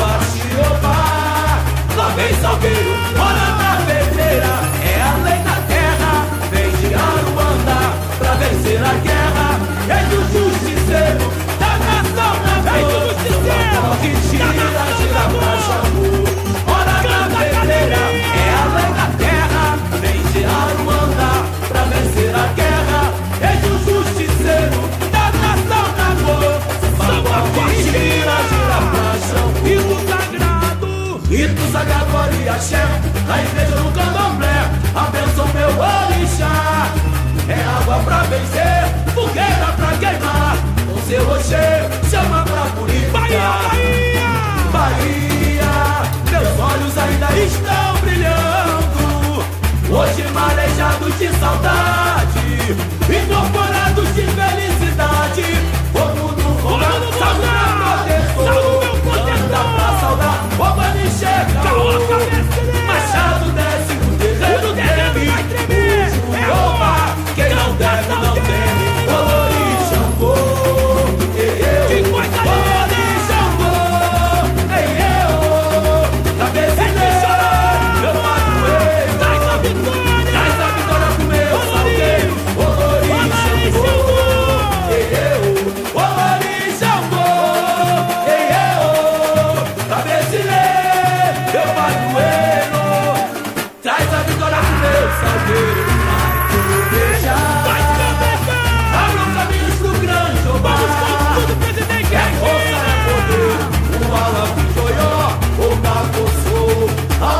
lá vem Salgueiro, mora na pedreira, é a lei da terra, vem de Aruanda pra vencer a guerra, é do justiceiro da nação na flor, que gira pra Xangô, mora na pedreira, é a lei da terra, vem de Aruanda pra vencer a guerra, é do justiceiro da nação na flor, que gira pra Xangô, rito sagrado Ariaxé, na igreja do Candomblé, a bênção meu orixá. É água pra vencer, fogueira pra queimar, com seu rocher, chama pra purificar. Bahia, meus olhos ainda estão brilhando, hoje marejados de saudade, incorporados de felicidade. Fogo do fogo, salve meu protetor, canta pra saudar, o chega, Machado desce no terreno, vai tremer. Opa, quem não deve não teme. Colori Xangô, eu, colori Xangô, eu, cabeceira, meu padroeiro, traz a vitória pro meu salgueiro. Colori Xangô, eu, colori Xangô, eu, cabeceira. Traz a vitória pro meu salgueiro. Vai tropejar, abram caminhos pro grande Jeová. É força, é poder, o Alafu Joió, o Cacossô,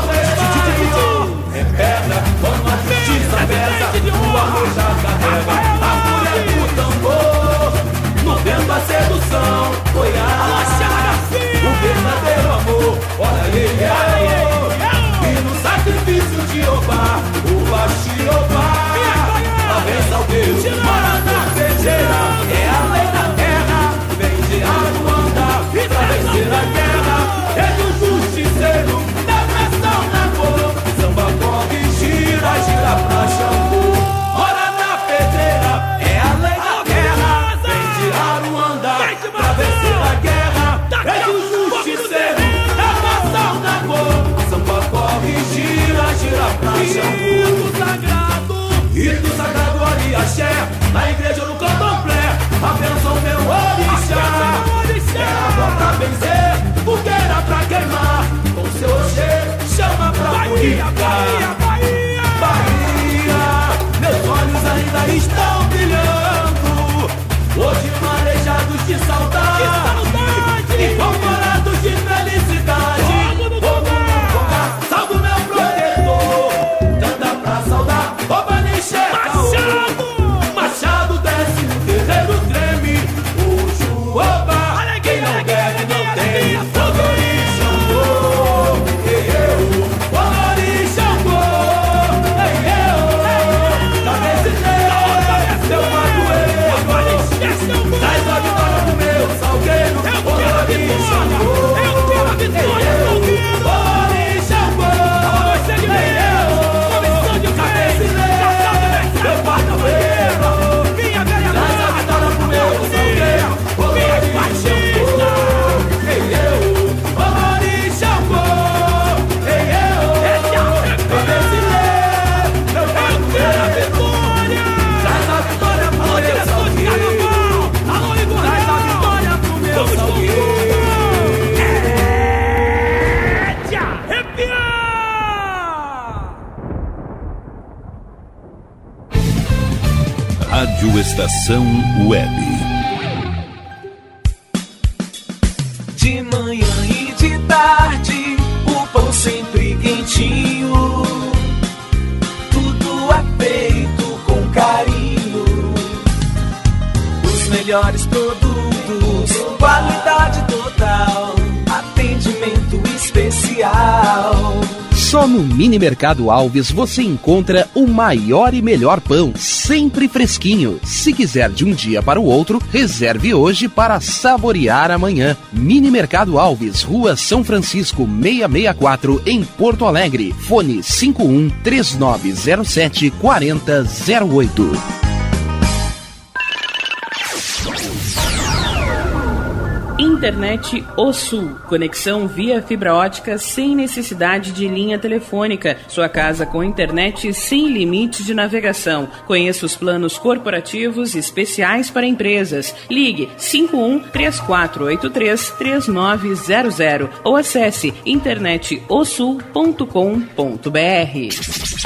é pedra, quando a justiça pesa, o amor já carrega, a fúria do tambor, no vento a sedução, Goiás, o verdadeiro amor, olha ele, e no sacrifício de Jeová, o Baxiobá, a vez Salgueiro, mora na pedreira, é a lei da terra, vem de Aruanda, pra vencer a guerra, é do justiceiro, da nação na cor, samba corre, gira pra Xangô, mora na pedreira, é a lei da terra, vem de Aruanda, pra vencer a guerra, é do justiceiro, da nação na cor, samba corre, gira pra Xangô, rito sagrado Ariaxé, na igreja do Candomblé, a bênção meu orixá. É água pra vencer, fogueira pra queimar, com seu rocher, chama pra purificar. Bahia, meus olhos ainda estão brilhando, hoje marejados de saudade, incorporados de felicidade. Salve meu protetor, canta pra saudar, rouba nem chega. Machado desce no terreiro, treme o Juoba, quem não bebe não tem. Colori Xangô, eu, colori Xangô, eu, cabeceira, seu padroeiro, traz a vitória pro meu salgueiro. Colori Xangô, eu, colori Xangô, eu, cabeceira, meu padroeiro, traz a vitória pro meu salgueiro. Colori Xangô, eu, colori Xangô, eu, cabeceira, meu padroeiro, traz a vitória pro meu salgueiro. Traz a vitória pro meu salgueiro. Rádio Estação Web. De manhã e de tarde, o pão sempre quentinho. Tudo é feito com carinho. Os melhores produtos, qualidade total, atendimento especial. Só no Mini Mercado Alves você encontra o maior e melhor pão, sempre fresquinho. Se quiser de um dia para o outro, reserve hoje para saborear amanhã. Mini Mercado Alves, Rua São Francisco 664, em Porto Alegre. Fone 51 3907 4008. Internet O Sul. Conexão via fibra ótica sem necessidade de linha telefônica. Sua casa com internet sem limite de navegação. Conheça os planos corporativos especiais para empresas. Ligue 51-3483-3900 ou acesse internetosul.com.br.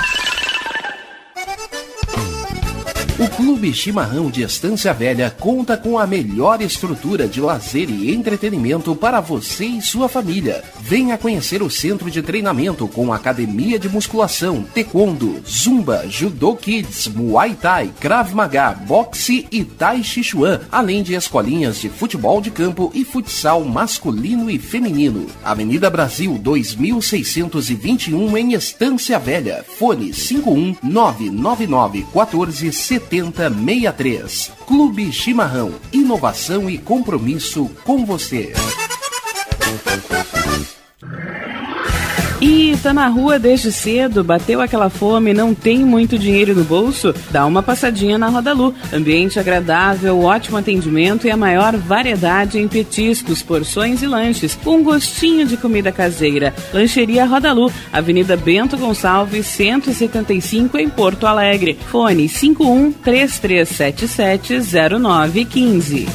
O Clube Chimarrão de Estância Velha conta com a melhor estrutura de lazer e entretenimento para você e sua família. Venha conhecer o centro de treinamento com academia de musculação, taekwondo, zumba, judô kids, muay thai, krav maga, boxe e tai chi chuan, além de escolinhas de futebol de campo e futsal masculino e feminino. Avenida Brasil 2621 em Estância Velha. Fone 51 999 14 7063. Clube Chimarrão. Inovação e compromisso com você. E tá na rua desde cedo, bateu aquela fome, não tem muito dinheiro no bolso? Dá uma passadinha na Rodalu. Ambiente agradável, ótimo atendimento e a maior variedade em petiscos, porções e lanches, com um gostinho de comida caseira. Lancheria Rodalu, Avenida Bento Gonçalves, 175 em Porto Alegre. Fone 51-3377-0915.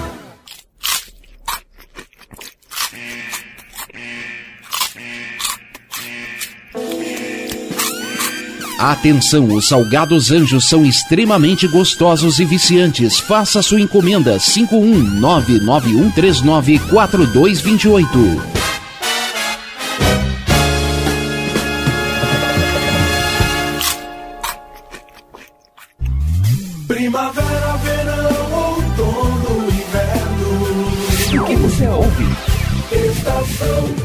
Atenção, os salgados Anjos são extremamente gostosos e viciantes. Faça sua encomenda 51991394228. Primavera, verão, outono, inverno. O que você ouve? Estação